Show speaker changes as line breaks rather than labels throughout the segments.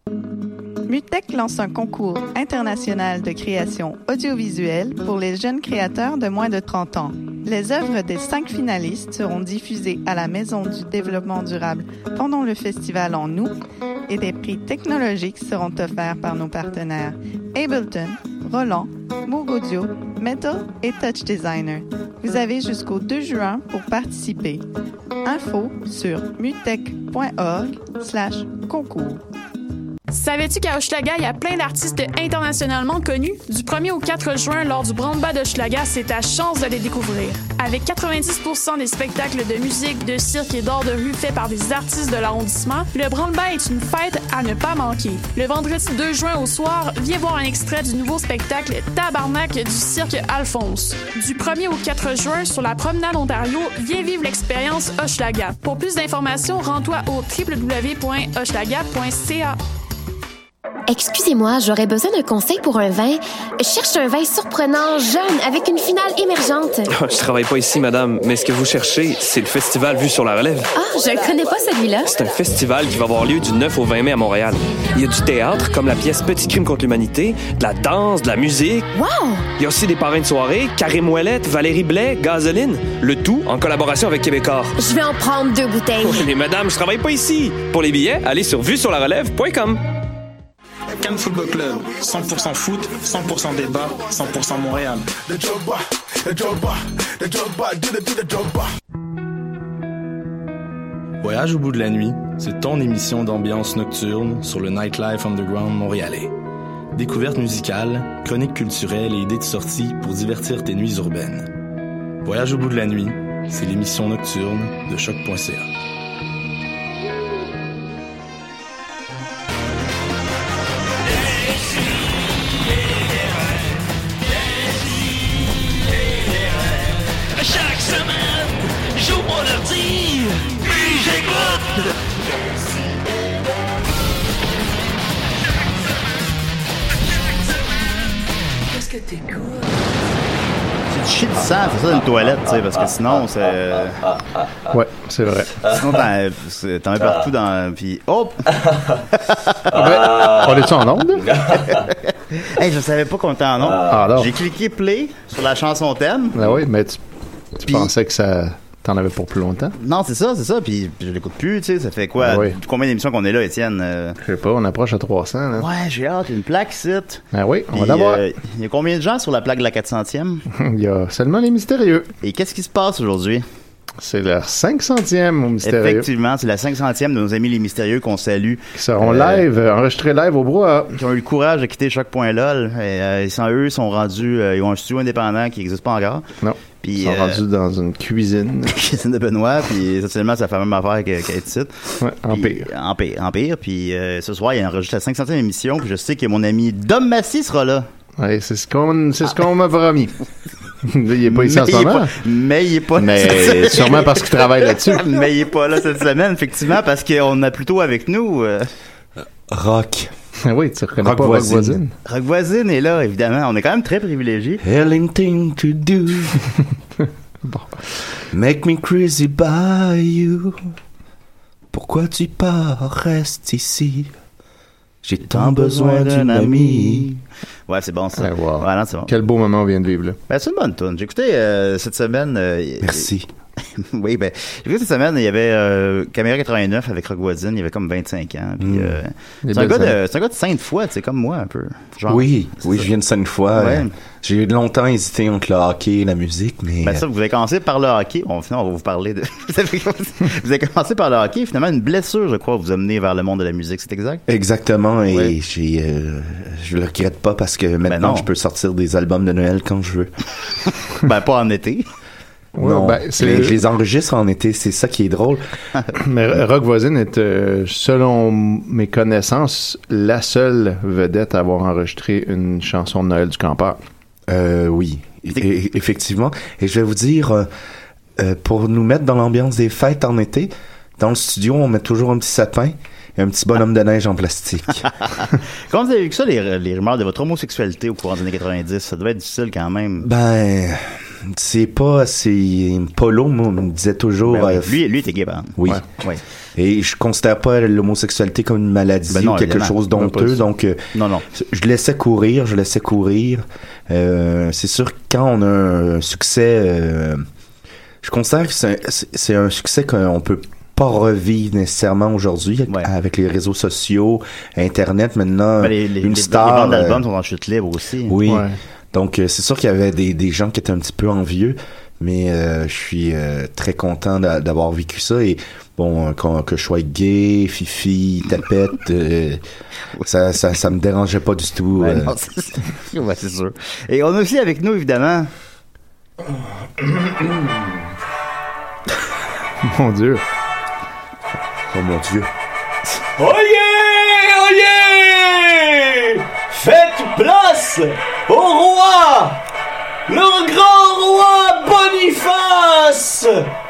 MUTEC lance un concours international de création audiovisuelle pour les jeunes créateurs de moins de 30 ans. Les œuvres des 5 finalistes seront diffusées à la Maison du développement durable pendant le festival en août et des prix technologiques seront offerts par nos partenaires Ableton, Roland, Moog Audio, Metal et Touch Designer. Vous avez jusqu'au 2 juin pour participer. Info sur mutec.org/concours.
Savais-tu qu'à Hochelaga, il y a plein d'artistes internationalement connus? Du 1er au 4 juin, lors du Brandba d'Hochelaga, c'est ta chance de les découvrir. Avec 90% des spectacles de musique, de cirque et d'art de rue faits par des artistes de l'arrondissement, le Brandba est une fête à ne pas manquer. Le vendredi 2 juin au soir, viens voir un extrait du nouveau spectacle Tabarnak du cirque Alphonse. Du 1er au 4 juin, sur la promenade Ontario, viens vivre l'expérience Hochelaga. Pour plus d'informations, rends-toi au www.hochelaga.ca.
Excusez-moi, j'aurais besoin d'un conseil pour un vin. Je cherche un vin surprenant, jeune, avec une finale émergente.
Je travaille pas ici, madame, mais ce que vous cherchez, c'est le festival Vue sur la Relève.
Ah, je ne connais pas celui-là.
C'est un festival qui va avoir lieu du 9 au 20 mai à Montréal. Il y a du théâtre, comme la pièce Petit crime contre l'humanité, de la danse, de la musique.
Wow!
Il y a aussi des parrains de soirée, Karim Ouellette, Valérie Blais, Gasoline. Le tout en collaboration avec Québécois.
Je vais en prendre 2 bouteilles.
Mais madame, je travaille pas ici. Pour les billets, allez sur vuesurlarelève.com.
Cannes Football Club, 100% foot, 100% débat, 100% Montréal.
Voyage au bout de la nuit, c'est ton émission d'ambiance nocturne sur le Nightlife Underground montréalais. Découvertes musicales, chroniques culturelles et idées de sortie pour divertir tes nuits urbaines. Voyage au bout de la nuit, c'est l'émission nocturne de choc.ca.
Chaque semaine, j'ouvre mon ordi, puis j'écoute. Qu'est-ce que t'écoutes?
Tu chies du sang, fais ça dans une toilette, tu sais, parce que sinon, c'est...
Ouais, c'est vrai.
Sinon, t'en mets partout dans... Puis, hop!
On est-tu en onde?
Hey, je savais pas qu'on était en onde.
Alors.
J'ai cliqué play sur la chanson thème.
Ben oui, mais tu pensais que ça... T'en avais pour plus longtemps?
Non, c'est ça, puis je l'écoute plus, tu sais, ça fait quoi?
Oui.
Combien d'émissions qu'on est là, Étienne?
Je sais pas, on approche à 300, là.
Ouais, j'ai hâte, une plaque ici.
Ben oui, on
Puis,
va l'avoir.
Il y a combien de gens sur la plaque de la 400e?
Il y a seulement les mystérieux.
Et qu'est-ce qui se passe aujourd'hui?
C'est leur 500e au mystérieux.
Effectivement, c'est la 500e de nos amis les mystérieux qu'on salue.
Qui seront live, enregistrés live au brouhaha.
Qui ont eu le courage de quitter choc.lol. Et sans eux, ils sont rendus, ils ont un studio indépendant qui n'existe pas encore.
Non.
Puis,
ils sont rendus dans une cuisine.
Cuisine de Benoît, puis essentiellement, ça fait la même affaire qu'être ici.
Ouais,
Empire. Puis ce soir, il a enregistré la 500e émission, puis je sais que mon ami Dom Massy sera là.
Oui, c'est ce qu'on m'a promis. Il est pas ici en ce moment.
Mais il est pas là.
Mais sûrement parce qu'il travaille là-dessus.
Mais il est pas là cette semaine, effectivement, parce qu'on a plutôt avec nous...
Rock.
Oui, tu reconnais pas Rock Voisine.
Rock Voisine est là, évidemment. On est quand même très privilégiés.
Anything to do.
Bon.
Make me crazy by you. Pourquoi tu pars? Reste ici. J'ai tant besoin d'un ami.
Ouais, c'est bon ça.
Ouais, wow.
Voilà, c'est bon.
Quel beau moment on vient de vivre là.
Ben, c'est une bonne tune. J'ai écouté cette semaine.
Merci.
Oui, ben, j'ai vu cette semaine, il y avait Caméra 89 avec Rock Voisine, il y avait comme 25 ans. Puis, c'est un gars de Sainte-Foy, tu sais, comme moi, un peu. Genre.
Oui, je viens de Sainte-Foy.
Ouais.
J'ai eu longtemps hésité entre le hockey et la musique, mais...
Ben ça, vous avez commencé par le hockey. Bon, finalement, on va vous parler de... vous avez commencé par le hockey, finalement, une blessure, je crois, vous a mené vers le monde de la musique, c'est exact?
Exactement, et je le regrette pas parce que maintenant, je peux sortir des albums de Noël quand je veux.
Ben, pas en été.
Non, je les enregistre en été, c'est ça qui est drôle.
Mais Rock Voisine est, selon mes connaissances, la seule vedette à avoir enregistré une chanson de Noël du campeur.
Oui, effectivement. Et je vais vous dire, pour nous mettre dans l'ambiance des fêtes en été, dans le studio, on met toujours un petit sapin et un petit bonhomme de neige en plastique.
Comment vous avez vu que ça, les rumeurs de votre homosexualité au courant des années 90? Ça devait être difficile quand même.
Ben... c'est Polo, moi, me disait toujours...
Ben oui. Lui était gay, ben.
Oui.
Ouais.
Et je considère pas l'homosexualité comme une maladie ou quelque chose d'honteux. Donc, je laissais courir. C'est sûr que quand on a un succès, je considère que c'est un succès qu'on peut pas revivre nécessairement aujourd'hui avec les réseaux sociaux, Internet maintenant. Une star.
Les ventes d'albums sont en chute libre aussi.
Oui. Ouais. Donc, c'est sûr qu'il y avait des gens qui étaient un petit peu envieux, mais je suis très content d'avoir vécu ça. Et bon, que je sois gay, fifi, tapette, ça me dérangeait pas du tout.
Non, c'est sûr. Et on a aussi avec nous, évidemment...
Mon Dieu.
Oh mon Dieu.
Oyez! Oyez! Faites place au roi! Le grand roi Boniface!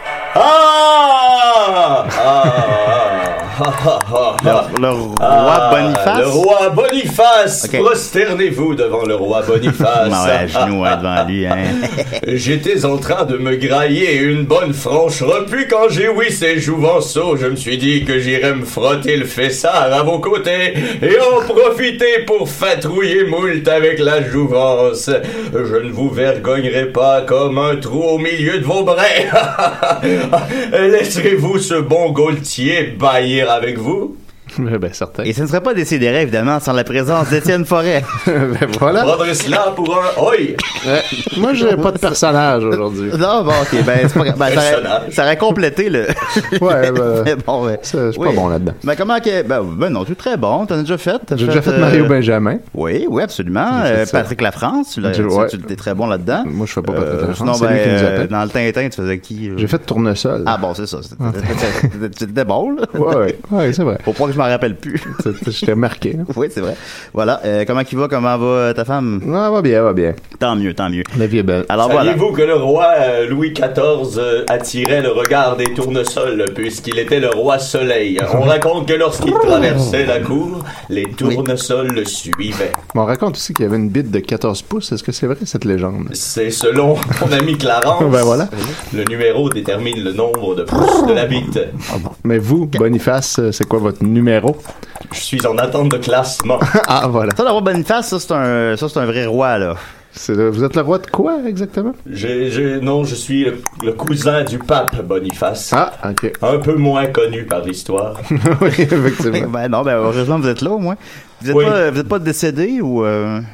Le roi Boniface?
Le roi Boniface! Okay. Prosternez-vous devant le roi Boniface.
Ouais, genoux devant lui, hein.
J'étais en train de me grailler une bonne franche repue quand j'ai ouï ces jouvenceaux. Je me suis dit que j'irais me frotter le fessard à vos côtés et en profiter pour fatrouiller moult avec la jouvence. Je ne vous vergognerai pas comme un trou au milieu de vos brais. Laisserez-vous ce bon Gaultier baillir avec vous?
Ben, certain.
Et ce ne serait pas Décidéré, évidemment, sans la présence d'Étienne Forêt.
Ben, voilà.
Prendrez cela pour un oi.
Moi, j'ai pas de personnage aujourd'hui.
Non, bon, ok, ben, c'est pas grave. Ça aurait complété le...
Ouais, ben...
Mais bon, ouais.
Je suis pas bon là-dedans.
Ben, comment que... Ben non, tu es très bon. T'en as déjà fait.
J'ai déjà fait Mario Benjamin.
Oui, absolument. Patrick Lafrance, tu étais très bon là-dedans.
Moi, je fais pas Patrick Lafrance.
Sinon, ben, dans le Tintin, tu faisais qui?
J'ai fait Tournesol.
Ah bon, c'est ça. C'était bon, là.
Ouais, c'est vrai.
Au point que je m'en rappelle plus.
Je t'ai remarqué.
Oui, c'est vrai. Voilà. Comment va ta femme?
Ah, va bien.
Tant mieux.
La vie est belle.
Alors saviez-vous que le roi Louis XIV attirait le regard des tournesols puisqu'il était le roi soleil? On raconte que lorsqu'il traversait la cour, les tournesols le suivaient.
On raconte aussi qu'il y avait une bite de 14 pouces. Est-ce que c'est vrai, cette légende?
C'est selon mon ami Clarence.
Ben voilà.
Le numéro détermine le nombre de pouces de la bite.
Mais vous, Boniface, c'est quoi votre numéro?
Je suis en attente de classement.
Ah, voilà.
Ça, le roi Boniface, ça, c'est un vrai roi, là.
Vous êtes le roi de quoi, exactement?
Non, je suis le cousin du pape Boniface.
Ah, ok.
Un peu moins connu par l'histoire.
Oui, effectivement.
Ben, heureusement, vous êtes là, au moins. Vous êtes pas décédé, ou...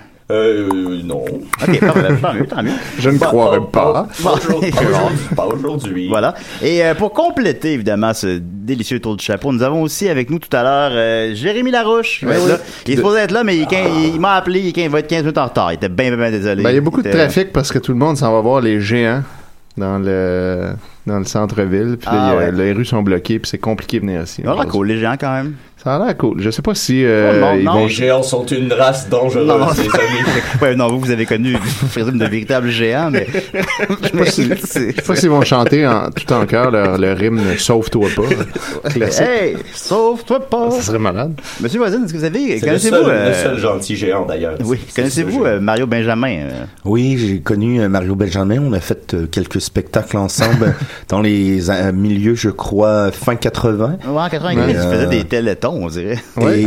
Non.
Ok, tant mieux.
Je ne croirais pas.
Pas aujourd'hui.
Voilà. Et pour compléter, évidemment, ce délicieux tour du chapeau, nous avons aussi avec nous tout à l'heure Jérémy Larouche. Il est supposé être là, mais il m'a appelé, il va être 15 minutes en retard. Il était bien désolé.
Ben, il y a beaucoup de trafic parce que tout le monde s'en va voir les géants dans le centre-ville. Puis les rues sont bloquées, puis c'est compliqué de venir ici.
Ça a l'air cool, les géants, quand même.
Ça a l'air cool. Je sais pas si...
Les géants sont une race dangereuse, les amis.
Ouais, non, vous avez connu, je présume, de véritables géants, mais...
Je sais pas s'ils vont chanter tout en chœur leur hymne « Sauve-toi pas ».
Hey, sauve-toi pas.
Ça serait malade.
Monsieur Voisine, est-ce que vous avez...
C'est le seul gentil géant, d'ailleurs.
Oui. Connaissez-vous Mario Benjamin?
Oui, j'ai connu Mario Benjamin. On a fait quelques spectacles ensemble dans les milieux, je crois, fin 80.
Ouais, en 90, il faisait des télétons, on dirait.
Ouais,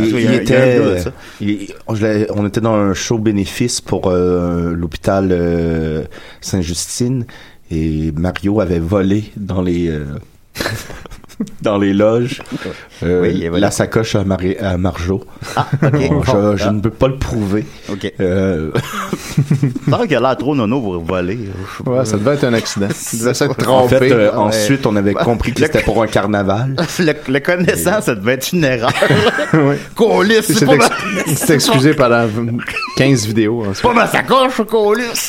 on était dans un show bénéfice pour l'hôpital Sainte-Justine et Mario avait volé dans les dans les loges la sacoche à Marjo.
Ah, ok.
Bon, je ne peux pas le prouver.
Ok. C'est vrai qu'il a l'air trop nono pour voler.
Ouais, ça devait être un accident. Il devait s'être trompé.
En fait, ensuite, on avait compris que c'était pour un carnaval.
Le connaissant, ça devait être une erreur.
Oui.
Colis, c'est pas
il s'est excusé pendant 15 vidéos.
C'est pas ma sacoche, Colis.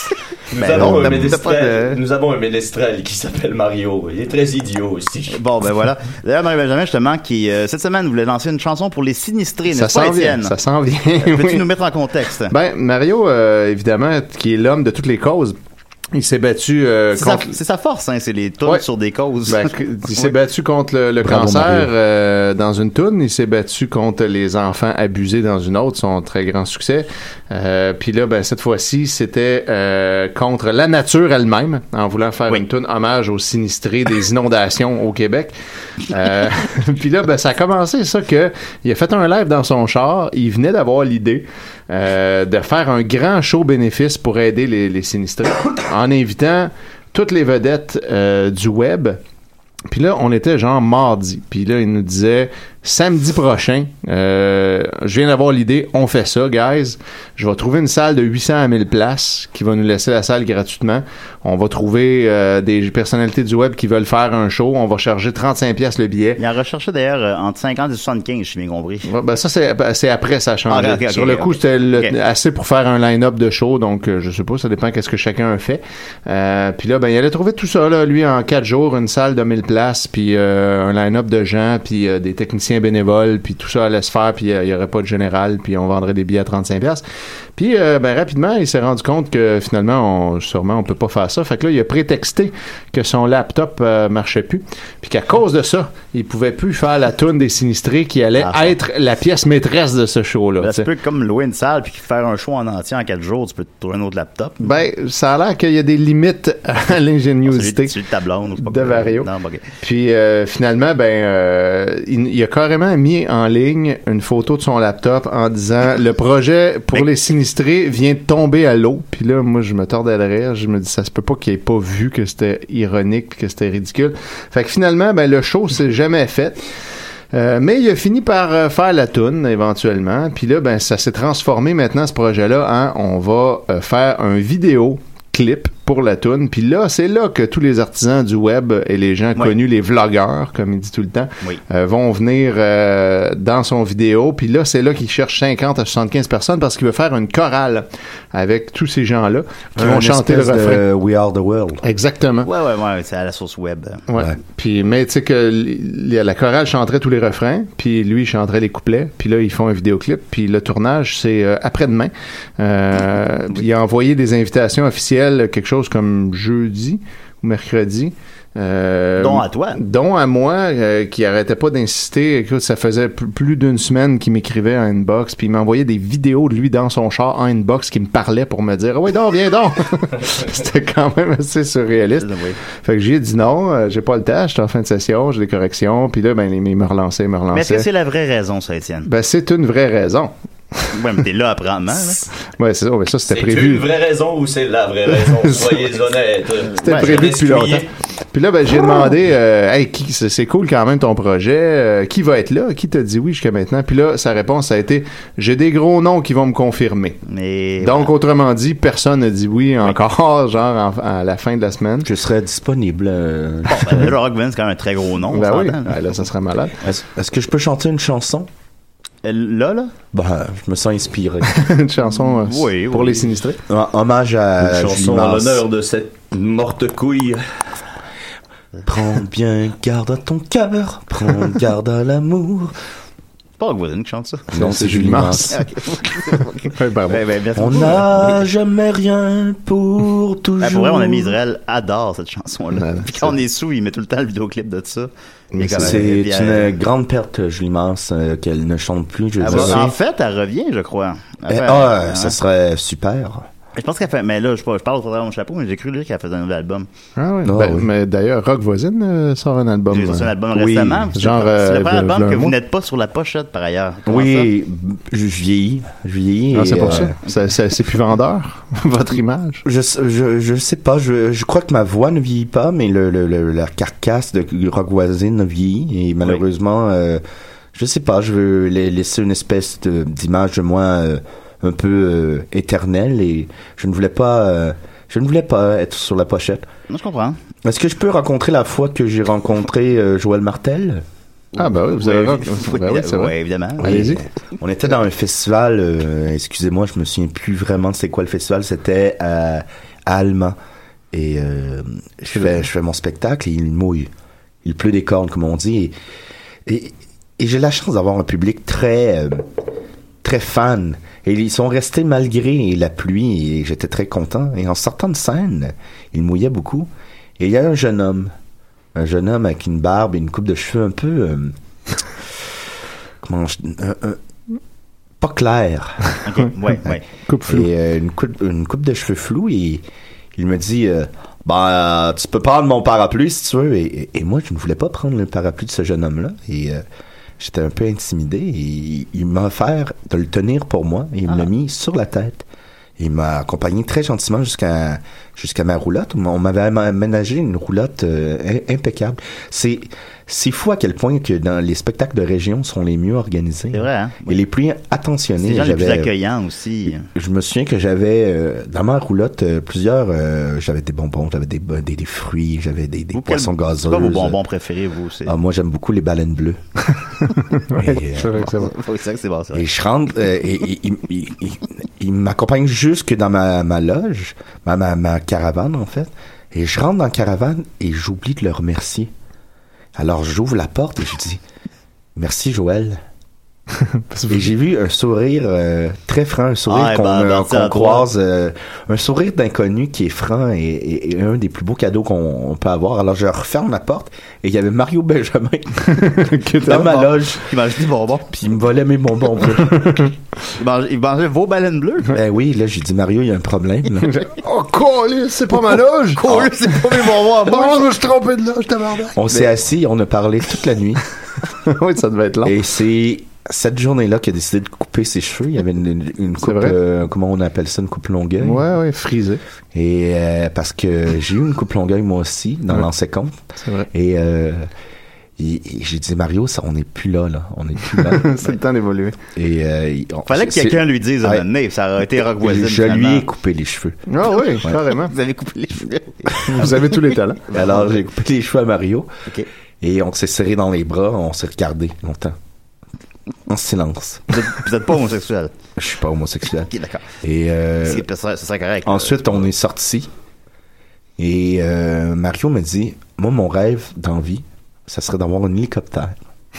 Nous avons un ménestrel qui s'appelle Mario. Il est très idiot aussi.
Bon, ben voilà. D'ailleurs, Mario Benjamin, justement, qui, cette semaine, voulait lancer une chanson pour les sinistrés, n'est-ce pas, Étienne?
Ça s'en vient.
Peux-tu nous mettre en contexte?
Ben, Mario, évidemment, qui est l'homme de toutes les causes, Il s'est battu contre...
C'est sa force, hein, c'est les tunes sur des causes.
Ben, il s'est battu contre le cancer dans une tune. Il s'est battu contre les enfants abusés dans une autre, son très grand succès. Puis là, ben, cette fois-ci, c'était contre la nature elle-même, en voulant faire une tune hommage aux sinistrés des inondations au Québec. Puis là, ben, ça a commencé ça que il a fait un live dans son char. Il venait d'avoir l'idée de faire un grand show bénéfice pour aider les sinistrés en invitant toutes les vedettes du web. Puis là, on était genre mardi. Puis là, il nous disait samedi prochain, je viens d'avoir l'idée, on fait ça, guys. Je vais trouver une salle de 800 à 1000 places qui va nous laisser la salle gratuitement. On va trouver des personnalités du web qui veulent faire un show. On va charger 35$ le billet.
Il en recherchait d'ailleurs entre 50 et 75, je suis bien compris.
Ouais, ben ça, c'est après, ça a changé. Okay, sur le coup, c'était assez pour faire un line-up de show. Donc, je sais pas, ça dépend qu'est-ce que chacun a fait. Puis là, ben, il allait trouver tout ça, là, lui, en 4 jours, une salle de 1000 places, puis un line-up de gens, puis des techniciens bénévoles, puis tout ça allait se faire, puis il n'y aurait pas de général, puis on vendrait des billets à 35$. Puis, ben, rapidement, il s'est rendu compte que finalement, on peut pas faire ça. Fait que là, il a prétexté que son laptop marchait plus, puis qu'à cause de ça, il pouvait plus faire la toune des sinistrés qui allait être la pièce maîtresse de ce show-là.
Ben, tu peux comme louer une salle, puis faire un show en entier en 4 jours, tu peux trouver un autre laptop.
Ben, ça a l'air qu'il y a des limites à l'ingéniosité
de
Vario.
Non, okay.
Puis, finalement, ben, il a carrément mis en ligne une photo de son laptop en disant le projet pour les sinistrés vient de tomber à l'eau. Puis là, moi, je me tordais de rire. Je me dis, ça se peut pas qu'il ait pas vu que c'était ironique puis que c'était ridicule. Fait que finalement, ben, le show s'est jamais fait. Mais il a fini par faire la toune éventuellement. Puis là, ben, ça s'est transformé maintenant, ce projet-là, en on va faire un vidéo clip pour la toune. Puis là, c'est là que tous les artisans du web et les gens connus, les vlogueurs, comme il dit tout le temps, vont venir dans son vidéo. Puis là, c'est là qu'il cherche 50 à 75 personnes parce qu'il veut faire une chorale avec tous ces gens-là qui vont chanter le refrain.
We Are the World.
Exactement.
Ouais, c'est à la sauce web.
Ouais. Puis, mais tu sais que la chorale chanterait tous les refrains, puis lui, il chanterait les couplets. Puis là, ils font un vidéoclip. Puis le tournage, c'est après-demain. Il a envoyé des invitations officielles, quelque chose comme jeudi ou mercredi.
Dont à toi.
Dont à moi, qui arrêtait pas d'insister. Écoute, ça faisait plus d'une semaine qu'il m'écrivait en inbox, puis il m'envoyait des vidéos de lui dans son char en inbox qui me parlait pour me dire « Ah oui, donc, viens donc! » C'était quand même assez surréaliste. Oui. Fait que j'ai dit non, j'ai pas le temps, j'étais en fin de session, j'ai des corrections, puis là, ben, il me relançait. Mais
est-ce que c'est la vraie raison, ça, Étienne?
Ben, c'est une vraie raison.
Ouais, mais t'es là apparemment, là.
Ouais, c'est ça, mais ça, c'était prévu.
C'est une vraie raison ou c'est la vraie raison? Soyez honnêtes.
C'était prévu depuis longtemps. Puis là, ben, j'ai demandé, hey, c'est cool quand même ton projet, qui va être là? Qui t'a dit oui jusqu'à maintenant? Puis là, sa réponse a été, j'ai des gros noms qui vont me confirmer. Donc, autrement dit, personne n'a dit oui encore, genre, à la fin de la semaine.
Je serais disponible.
Bon, ben, Rockman, c'est quand même un très gros nom.
Ben oui, là, ça serait malade.
Est-ce que je peux chanter une chanson?
Là?
Ben, je me sens inspiré.
Une chanson pour les sinistrés.
Hommage à
une chanson en l'honneur de cette morte couille.
Prends bien garde à ton cœur, prends garde à l'amour.
Pas Rock Voisine qui chante ça.
Non, c'est Julie Mars. On n'a jamais rien pour toujours.
Pour vrai, mon ami Israël adore cette chanson-là. Puis quand on est sous, il met tout le temps le vidéoclip de ça.
C'est une grande perte, Julie Mars, qu'elle ne chante plus.
En fait, elle revient, je crois.
Ça serait super.
Je pense qu'elle fait, mais là, je parle au travers de mon chapeau, mais j'ai cru lire qu'elle faisait un nouvel album.
Ah oui. Ben, mais d'ailleurs, Rock Voisine sort un album.
J'ai sorti un album récemment.
Genre,
c'est le premier album que vous n'êtes pas sur la pochette, par ailleurs.
Comment oui, je vieillis.
Ah, c'est pour ça. C'est plus vendeur, votre image.
Je sais pas. Je crois que ma voix ne vieillit pas, mais la carcasse de Rock Voisine vieillit. Et malheureusement, je sais pas, je veux laisser une espèce d'image de moi un peu éternel et je ne voulais pas être sur la pochette.
Non, je comprends.
Est-ce que je peux raconter la fois que j'ai rencontré Joël Martel?
Ah ben oui, vous avez c'est vrai.
Oui, évidemment.
Allez-y.
On était dans un festival, excusez-moi, je me souviens plus vraiment de c'est quoi le festival, c'était à Alma. Et je fais mon spectacle et il mouille. Il pleut des cornes, comme on dit. Et j'ai la chance d'avoir un public très très fans. Et ils sont restés malgré la pluie et j'étais très content. Et en sortant de scène, il mouillait beaucoup. Et il y a un jeune homme avec une barbe et une coupe de cheveux un peu... pas clair.
Okay. Ouais.
Coupe floue.
Et une coupe de cheveux flous et il me dit tu peux prendre mon parapluie si tu veux. Et moi, je ne voulais pas prendre le parapluie de ce jeune homme-là. Et j'étais un peu intimidé et il m'a offert de le tenir pour moi et il me l'a mis sur la tête. Il m'a accompagné très gentiment jusqu'à ma roulotte. On m'avait aménagé une roulotte impeccable. C'est fou à quel point que dans les spectacles de région sont les mieux organisés.
C'est vrai, hein?
Et les plus attentionnés.
C'est les plus accueillants aussi.
Je me souviens que j'avais dans ma roulotte plusieurs... j'avais des bonbons, j'avais des fruits, j'avais des poissons gazeuses.
C'est quoi vos bonbons préférés, vous?
Moi, j'aime beaucoup les baleines bleues.
C'est vrai que c'est bon.
C'est vrai que c'est bon, ça.
Et je rentre... il m'accompagne jusque dans ma loge, ma caravane, en fait. Et je rentre dans la caravane et j'oublie de le remercier. Alors, j'ouvre la porte et je dis « Merci, Joël. » Et j'ai vu un sourire très franc, un sourire qu'on croise, un sourire d'inconnu qui est franc et un des plus beaux cadeaux qu'on peut avoir. Alors, je referme la porte et il y avait Mario Benjamin dans ma loge.
Il mangeait des bonbons.
Puis il me volait mes bonbons bleus.
Il mangeait vos baleines bleues?
Ben oui, là, j'ai dit Mario, il y a un problème.
Oh, colis, c'est pas ma loge!
Colis, c'est pas mes bonbons.
Bon, je me suis trompé de loge, tabarnak.
On s'est assis, on a parlé toute la nuit.
Oui, ça devait être long.
Et c'est cette journée-là qu'il a décidé de couper ses cheveux. Il y avait une coupe, comment on appelle ça, une coupe longueuil.
Ouais, frisée.
Et parce que j'ai eu une coupe longueuil moi aussi, dans l'ancien compte.
C'est vrai.
Et j'ai dit, Mario, on n'est plus là. On n'est plus là.
C'est le temps d'évoluer.
Et
fallait que quelqu'un lui dise à un moment donné, ça aurait été Rock Voisine.
Je lui ai coupé les cheveux.
Ah oui, carrément.
Vous avez coupé les cheveux.
Vous avez tous les talents.
Alors, j'ai coupé les cheveux à Mario.
OK.
Et on s'est serré dans les bras, on s'est regardé longtemps. En silence.
Vous êtes pas homosexuel?
Je suis pas homosexuel.
OK, d'accord.
Et
ça serait correct.
Ensuite, on est sortis. Et Mario me dit, moi, mon rêve d'envie, ça serait d'avoir un hélicoptère.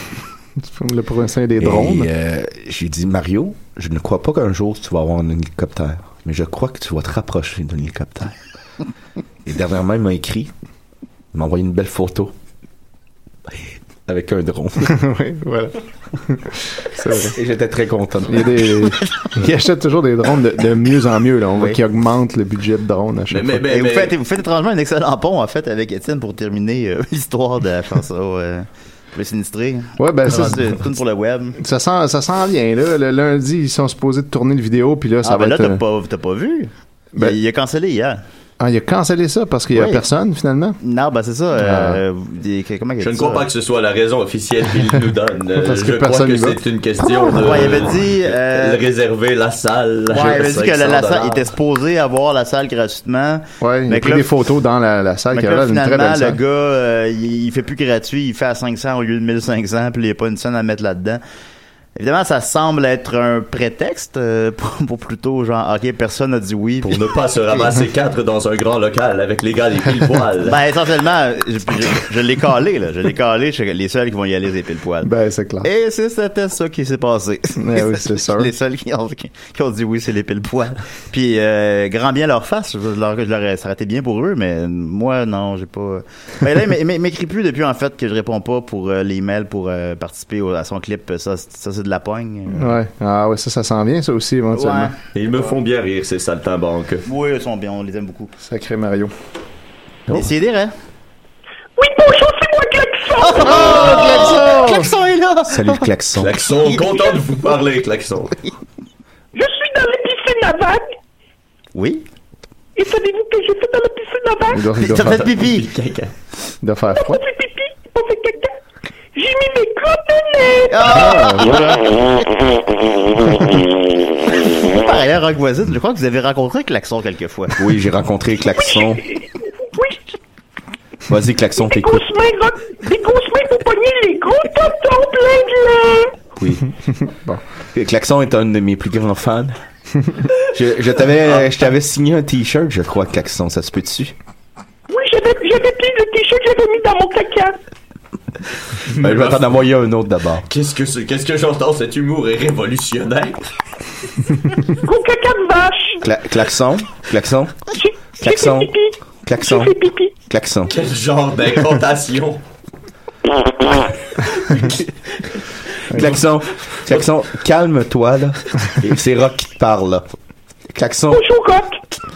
Le provincial des drones.
Et j'ai dit, Mario, je ne crois pas qu'un jour tu vas avoir un hélicoptère, mais je crois que tu vas te rapprocher d'un hélicoptère. Et dernièrement, il m'a écrit, il m'a envoyé une belle photo. Avec un drone.
Oui, voilà. C'est vrai.
Et j'étais très content.
Il achète toujours des drones de mieux en mieux. Là. On voit qu'il augmente le budget de drone à chaque fois.
Mais vous faites étrangement un excellent pont, en fait, avec Étienne pour terminer l'histoire de la chanson Le Sinistré.
Ouais, ben
c'est une pour le web.
Ça sent bien, là. Le lundi, ils sont supposés de tourner le vidéo, puis là, ça va être...
t'as pas vu? Il a cancellé hier.
Ah, il a cancellé ça parce qu'il y a personne, finalement?
Non, ben c'est ça. Comment
je ne crois pas que ce soit la raison officielle qu'il nous donne. Je crois que c'est une question de...
il avait dit...
réserver la salle.
Ouais, il avait dit que la salle était supposée avoir la salle gratuitement.
Ouais, il a pris des photos dans la salle qui a l'air d'une très belle salle.
Finalement, le gars, il fait plus gratuit, il fait à 500 au lieu de 1500, puis il n'y a pas une scène à mettre là-dedans. Évidemment, ça semble être un prétexte pour plutôt genre, OK, personne n'a dit oui.
Pour ne pas se ramasser 4 dans un grand local avec les gars des pile-poils.
Ben, essentiellement, je l'ai calé, là. Je l'ai calé. Les seuls qui vont y aller, c'est pile-poil.
Ben, c'est clair.
Et c'était ça qui s'est passé.
Ouais, oui, c'est sûr.
Les seuls qui ont dit oui, c'est les pile-poils. Puis, grand bien leur face. Ça aurait été bien pour eux, mais moi, non, j'ai pas... Ben là, il m'écrit plus depuis, en fait, que je réponds pas pour les mails pour participer à son clip. Ça c'est de la pogne.
Ouais. Ah ouais, ça s'en vient, ça aussi, éventuellement.
Ouais. Et ils me font bien rire, ces saltimbanques.
Oui, ils sont bien, on les aime beaucoup.
Sacré Mario.
Essayez hein?
Oui, bonjour, c'est moi, Klaxon!
Klaxon! Klaxon est là!
Salut, Klaxon.
Klaxon, content de vous parler, Klaxon.
Je suis dans la piscine à vagues.
Oui?
Et savez-vous que j'ai fait dans la piscine à vagues?
Il doit fait pipi!
Il doit faire froid.
Il a fait pipi, il a fait caca. J'ai mis mes coordonnées!
Par ailleurs, Rock Voisine, je crois que vous avez rencontré Klaxon quelquefois.
Oui, j'ai rencontré Klaxon.
Oui.
Vas-y, Klaxon, t'écoutes.
Des grosses mains pour pogner les gros tontons pleins de lait.
Oui. Bon. Klaxon est un de mes plus grands fans. Je t'avais signé un t-shirt, je crois, Klaxon, ça se peut dessus?
Oui, j'avais pris le t-shirt, j'avais mis dans mon caca.
Je vais t'en envoyer un autre d'abord.
Qu'est-ce que j'entends? Cet humour est révolutionnaire.
Gros caca de vache.
Klaxon. Klaxon.
J'ai fait pipi.
Klaxon.
J'ai fait pipi.
Klaxon.
Quel genre d'incantation?
Klaxon. Klaxon. Calme-toi, là. Et c'est Rock qui te parle, là. Klaxon.
Bonjour, Rock.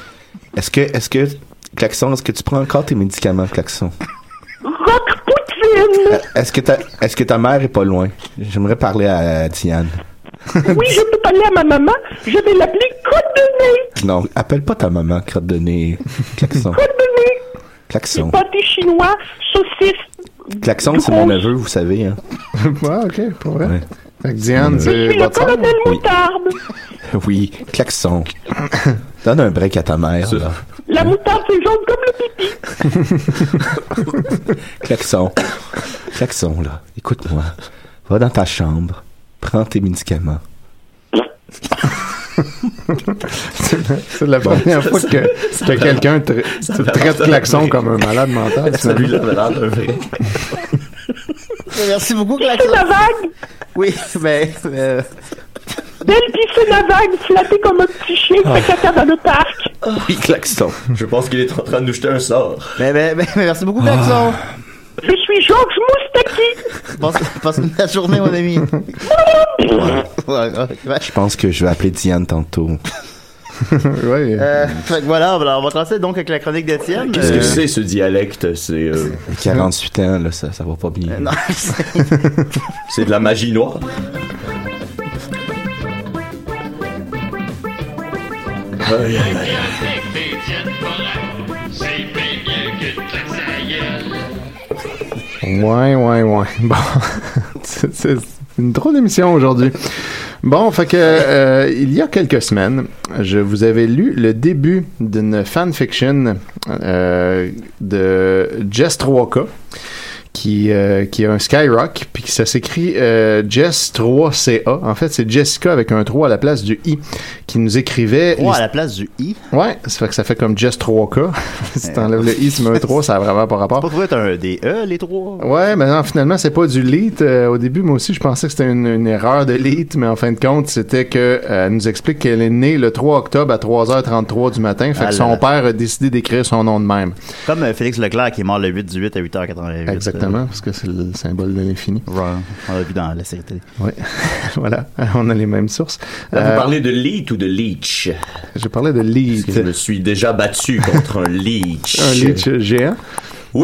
Klaxon, est-ce que tu prends encore tes médicaments, Klaxon?
Rock Poutine.
Est-ce que ta mère est pas loin? J'aimerais parler à Diane.
Oui, je peux parler à ma maman. Je vais l'appeler Crotte de nez.
Non, appelle pas ta maman, crotte de nez. Klaxon.
Crotte de nez.
Klaxon.
Pâté chinois, saucisse.
Klaxon, c'est mon neveu, vous savez, hein.
Ouais, ok, pour vrai.
Ouais.
Fait que Diane,
Je
c'est
suis le
votre sœur?
colonel Moutarde.
Oui, Klaxon. Donne un break à ta mère, là.
La moutarde, c'est jaune comme le pipi.
Klaxon. Klaxon, là. Écoute-moi. Va dans ta chambre. Prends tes médicaments.
C'est la première fois que quelqu'un traite Klaxon comme un malade mental.
Celui-là avait l'air d'un vrai.
Merci beaucoup, Klaxon.
C'est la vague.
Oui, mais...
Belle pis c'est la vague, flatté comme un petit chien qui fait caca dans le parc.
Oui, Klaxon.
Je pense qu'il est en train de nous jeter un sort.
Mais merci beaucoup, Klaxon.
Je suis Georges Moustaki.
Passe une belle journée, mon ami.
Je pense que je vais appeler Diane tantôt.
Oui.
Fait que voilà, alors on va commencer donc avec la chronique d'Étienne.
Qu'est-ce que c'est, ce dialecte? C'est
48 ans, là, ça va pas bien.
Non,
c'est de la magie noire. Aïe, aïe, aïe.
Ouais. Bon, c'est une drôle d'émission aujourd'hui. Bon, fait que il y a quelques semaines, je vous avais lu le début d'une fanfiction de Jess 3K. Qui a un Skyrock, puis ça s'écrit Jess 3CA. En fait, c'est Jessica avec un 3 à la place du I, qui nous écrivait...
3 à la place du I?
Ouais, ça fait comme Jess 3K. Si t'enlèves le I, tu mets un 3, ça a vraiment pas rapport.
C'est pas trouvé un des E, les 3?
Ouais, mais non, finalement, c'est pas du lead. Au début, moi aussi, je pensais que c'était une erreur de lead, mais en fin de compte, c'était que elle nous explique qu'elle est née le 3 octobre à 3h33 du matin, fait que son père a décidé d'écrire son nom de même.
Comme Félix Leclerc qui est mort le 8 du 8 à 8h88.
Exactement. Parce que c'est le symbole de l'infini.
Ouais, on l'a vu dans la série télé.
Oui, voilà, on a les mêmes sources.
Vous parlez de lead ou de leech?
J'ai parlé de leech.
Parce que je me suis déjà battu contre un leech.
Un leech géant?
Oui!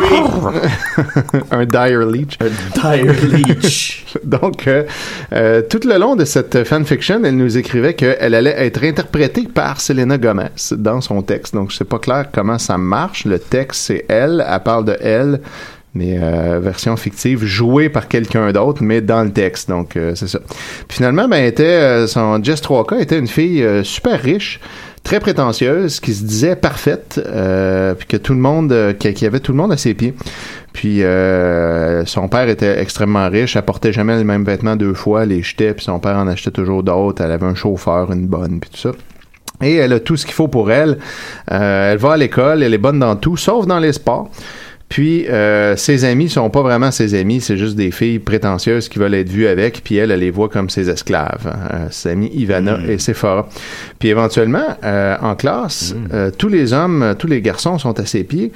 Un dire leech.
Un dire leech.
Donc, tout le long de cette fanfiction, elle nous écrivait qu'elle allait être interprétée par Selena Gomez dans son texte. Donc, c'est pas clair comment ça marche. Le texte, c'est elle parle de elle, mais version fictive, jouée par quelqu'un d'autre, mais dans le texte. Donc, c'est ça. Puis finalement, son Jess 3K était une fille super riche, très prétentieuse, qui se disait parfaite, puis que tout le monde, qui avait tout le monde à ses pieds. Puis son père était extrêmement riche, elle portait jamais les mêmes vêtements 2 fois, elle les jetait, puis son père en achetait toujours d'autres, elle avait un chauffeur, une bonne, puis tout ça. Et elle a tout ce qu'il faut pour elle. Elle va à l'école, elle est bonne dans tout, sauf dans les sports. Puis ses amis sont pas vraiment ses amis, c'est juste des filles prétentieuses qui veulent être vues avec, puis elle les voit comme ses esclaves. Ses amis Ivana et Sephora. Puis éventuellement, en classe, tous les hommes, tous les garçons sont à ses pieds.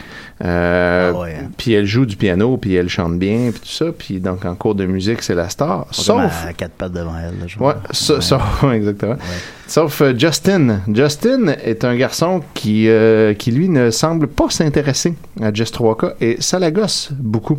Puis elle joue du piano, puis elle chante bien, puis tout ça. Puis donc en cours de musique, c'est la star. Sauf
à 4 pattes devant elle. Là,
sauf exactement. Ouais. Sauf Justin. Justin est un garçon qui lui ne semble pas s'intéresser à Jess 3K et ça la gosse beaucoup.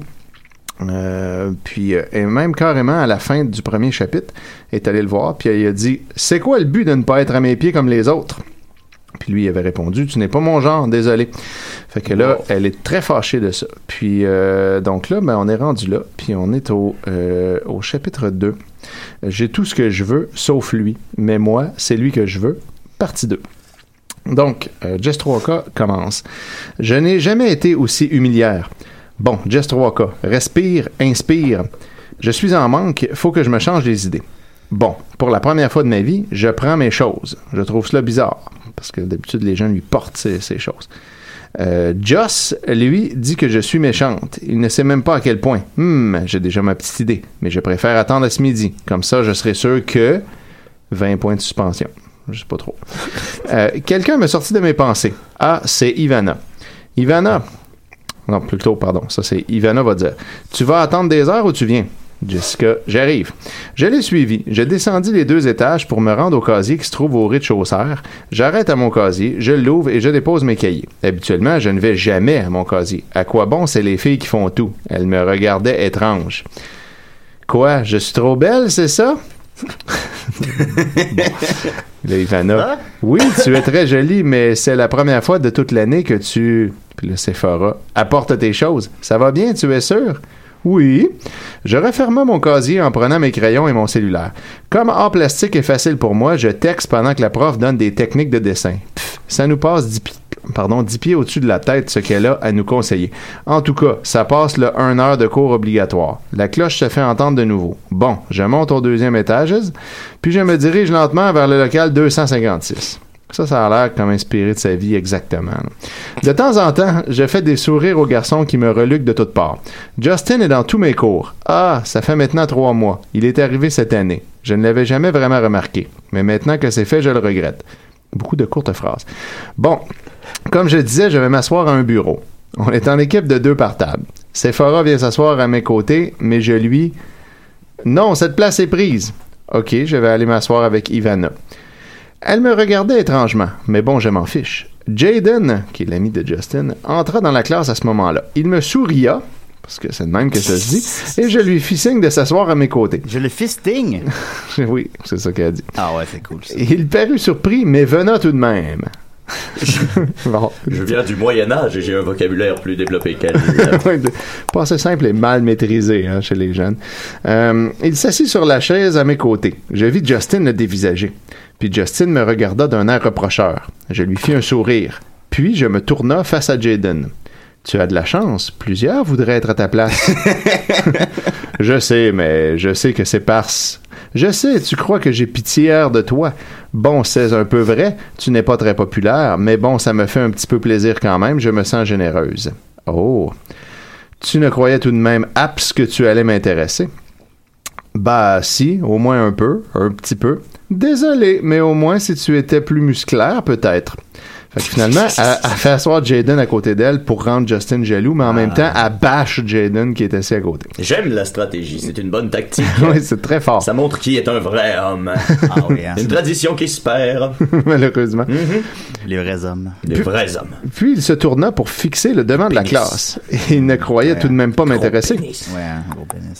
Et même carrément à la fin du premier chapitre, elle est allée le voir, puis elle a dit « C'est quoi le but de ne pas être à mes pieds comme les autres? » Puis lui, il avait répondu « Tu n'es pas mon genre, désolé. » Fait que là, elle est très fâchée de ça. Puis donc là, on est rendu là, puis on est au chapitre 2. J'ai tout ce que je veux, sauf lui. Mais moi, c'est lui que je veux. Partie 2. Donc, Jess 3K commence. « Je n'ai jamais été aussi humiliaire. Bon, Jess 3K, respire, inspire. Je suis en manque, faut que je me change les idées. Bon, pour la première fois de ma vie, je prends mes choses. Je trouve cela bizarre, parce que d'habitude, les gens lui portent ces choses. Joss, lui, dit que je suis méchante. Il ne sait même pas à quel point. J'ai déjà ma petite idée, mais je préfère attendre à ce midi. Comme ça, je serai sûr que 20 points de suspension. Je sais pas trop. Quelqu'un m'a sorti de mes pensées. Ah, c'est Ivana. Ivana. Non, plutôt, pardon. Ça, c'est Ivana va dire. Tu vas attendre des heures ou tu viens? Jessica, j'arrive. Je l'ai suivi. Je descendis les 2 étages pour me rendre au casier qui se trouve au rez-de-chaussée. J'arrête à mon casier, je l'ouvre et je dépose mes cahiers. Habituellement, je ne vais jamais à mon casier. À quoi bon, c'est les filles qui font tout. Elles me regardaient étrange. Quoi, je suis trop belle, c'est ça? Là, Ivana. Oui, tu es très jolie, mais c'est la première fois de toute l'année que tu... Puis là, Sephora. Apporte tes choses. Ça va bien, tu es sûr? Oui. Je refermais mon casier en prenant mes crayons et mon cellulaire. Comme art plastique est facile pour moi, je texte pendant que la prof donne des techniques de dessin. Ça nous passe 10 pieds au-dessus de la tête ce qu'elle a à nous conseiller. En tout cas, ça passe le 1 heure de cours obligatoire. La cloche se fait entendre de nouveau. Bon, je monte au 2e étage, puis je me dirige lentement vers le local 256. Ça a l'air comme inspiré de sa vie exactement. De temps en temps, je fais des sourires aux garçons qui me reluquent de toutes parts. Justin est dans tous mes cours. Ah, ça fait maintenant 3 mois. Il est arrivé cette année. Je ne l'avais jamais vraiment remarqué. Mais maintenant que c'est fait, je le regrette. Beaucoup de courtes phrases. Bon, comme je disais, je vais m'asseoir à un bureau. On est en équipe de 2 par table. Sephora vient s'asseoir à mes côtés, mais je lui... Non, cette place est prise. OK, je vais aller m'asseoir avec Ivana. Elle me regardait étrangement, mais bon, je m'en fiche. Jaden, qui est l'ami de Justin, entra dans la classe à ce moment-là. Il me souria, parce que c'est de même que ça se dit, et je lui fis signe de s'asseoir à mes côtés.
Je le fisting?
Oui, c'est ça qu'elle a dit.
Ah ouais, c'est cool ça.
Il parut surpris, mais venant tout de même.
Bon. Je viens du Moyen-Âge et j'ai un vocabulaire plus développé qu'elle.
Pas assez simple et mal maîtrisé chez les jeunes. Il s'assit sur la chaise à mes côtés. Je vis Justin le dévisager. Puis Justin me regarda d'un air reprocheur. Je lui fis un sourire. Puis je me tourna face à Jaden. Tu as de la chance. Plusieurs voudraient être à ta place. Je sais, mais je sais que c'est parce... Je sais, tu crois que j'ai pitié de toi. Bon, c'est un peu vrai, tu n'es pas très populaire, mais bon, ça me fait un petit peu plaisir quand même, je me sens généreuse. Oh, tu ne croyais tout de même apte que tu allais m'intéresser? Bah si, au moins un petit peu. Désolé, mais au moins si tu étais plus musclaire, peut-être. Fait que finalement, elle fait asseoir Jaden à côté d'elle pour rendre Justin jaloux, mais en même temps, elle bâche Jaden qui est assis à côté.
J'aime la stratégie, c'est une bonne tactique.
Oui, c'est très fort.
Ça montre qui est un vrai homme.
Ah oui, hein.
Une tradition qui se perd.
Malheureusement.
Les vrais hommes.
Les vrais hommes.
Puis il se tourna pour fixer le devant de la classe. Et il ne croyait tout de même pas m'intéresser.
Ouais, un gros pénis.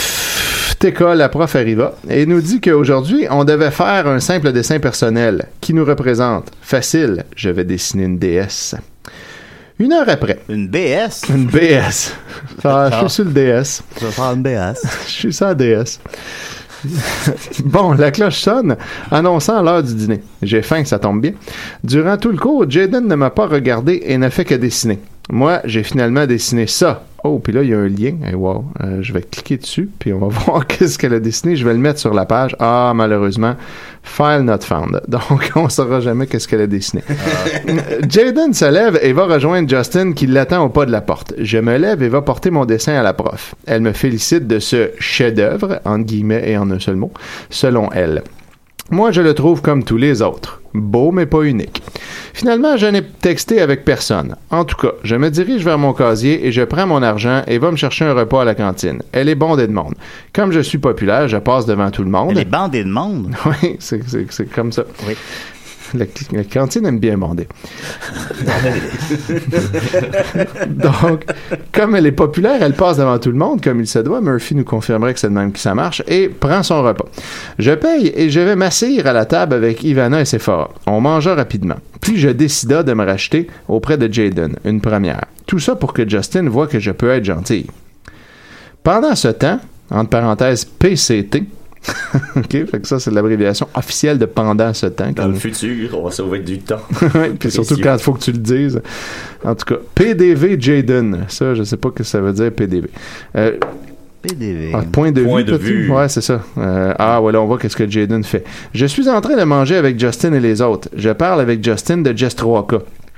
La prof arriva et nous dit qu'aujourd'hui, on devait faire un simple dessin personnel qui nous représente. Facile, je vais dessiner une déesse. 1 heure après.
Une BS?
Une BS. Je suis sur le DS.
Je vais faire une BS.
Je suis sur la DS. Bon, la cloche sonne, annonçant l'heure du dîner. J'ai faim, ça tombe bien. Durant tout le cours, Jaden ne m'a pas regardé et n'a fait que dessiner. Moi, j'ai finalement dessiné ça. Oh, puis là, il y a un lien. Hey, wow. Je vais cliquer dessus, puis on va voir qu'est-ce qu'elle a dessiné. Je vais le mettre sur la page. Ah, malheureusement, file not found. Donc, on ne saura jamais qu'est-ce qu'elle a dessiné. Jaden se lève et va rejoindre Justin qui l'attend au pas de la porte. Je me lève et va porter mon dessin à la prof. Elle me félicite de ce chef-d'œuvre, entre guillemets et en un seul mot, selon elle. Moi, je le trouve comme tous les autres. Beau, mais pas unique. Finalement, je n'ai texté avec personne. En tout cas, je me dirige vers mon casier et je prends mon argent et va me chercher un repas à la cantine. Elle est bondée de monde. Comme je suis populaire, je passe devant tout le monde.
Elle est bandée de monde?
Oui, c'est comme ça.
Oui.
La cantine aime bien bander. Donc, comme elle est populaire, elle passe devant tout le monde, comme il se doit. Murphy nous confirmerait que c'est de même que ça marche, et prend son repas. Je paye et je vais m'asseoir à la table avec Ivana et Sephora. On mangea rapidement. Puis je décida de me racheter auprès de Jaden, une première. Tout ça pour que Justin voit que je peux être gentil. Pendant ce temps, entre parenthèses PCT, OK, fait que ça, c'est l'abréviation officielle de pendant ce temps.
Dans le futur, on va sauver du temps.
Oui, puis surtout quand il faut que tu le dises. En tout cas, PDV Jaden. Ça, je sais pas ce que ça veut dire, PDV.
PDV.
Point de
vue.
Ouais, c'est ça. Voilà, on voit qu'est-ce que Jaden fait. Je suis en train de manger avec Justin et les autres. Je parle avec Justin de Jess 3K.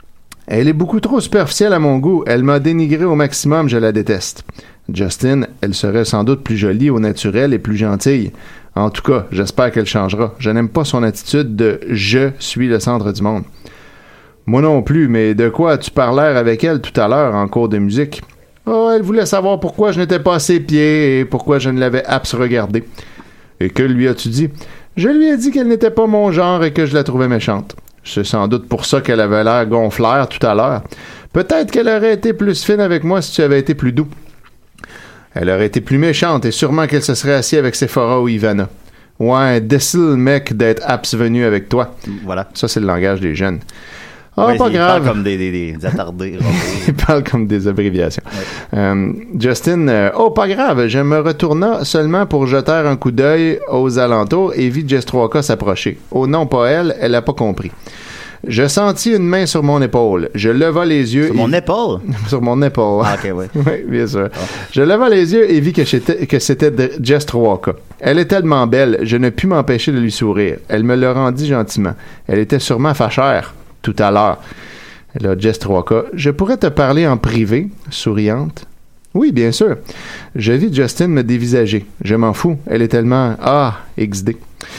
Elle est beaucoup trop superficielle à mon goût. Elle m'a dénigré au maximum, je la déteste. Justin, elle serait sans doute plus jolie au naturel et plus gentille. En tout cas, j'espère qu'elle changera. Je n'aime pas son attitude de « je suis le centre du monde ». Moi non plus, mais de quoi as-tu parlé avec elle tout à l'heure en cours de musique? Oh, elle voulait savoir pourquoi je n'étais pas à ses pieds et pourquoi je ne l'avais abs regardé. Et que lui as-tu dit? Je lui ai dit qu'elle n'était pas mon genre et que je la trouvais méchante. C'est sans doute pour ça qu'elle avait l'air gonflère tout à l'heure. Peut-être qu'elle aurait été plus fine avec moi si tu avais été plus doux. Elle aurait été plus méchante et sûrement qu'elle se serait assise avec Sephora ou Ivana. Ouais, décile, mec, d'être abs venu avec toi.
Voilà.
Ça, c'est le langage des jeunes. Ah,
ouais,
pas grave.
Ils parlent comme des attardés.
Ils parlent comme des abréviations. Ouais. Justin, pas grave. Je me retourna seulement pour jeter un coup d'œil aux alentours et vis Jess 3K s'approcher. Oh non, pas elle. Elle a pas compris. Je sentis une main sur mon épaule. Je leva les yeux.
Sur mon épaule?
Sur mon épaule.
Ah, ok, oui.
Oui, bien sûr. Oh. Je leva les yeux et vis que c'était Jess 3K. Elle est tellement belle, je ne pus m'empêcher de lui sourire. Elle me le rendit gentiment. Elle était sûrement fâchère. Tout à l'heure. Là, Jess 3K, je pourrais te parler en privé, souriante. Oui, bien sûr. Je vis Justin me dévisager. Je m'en fous. Elle est tellement XD.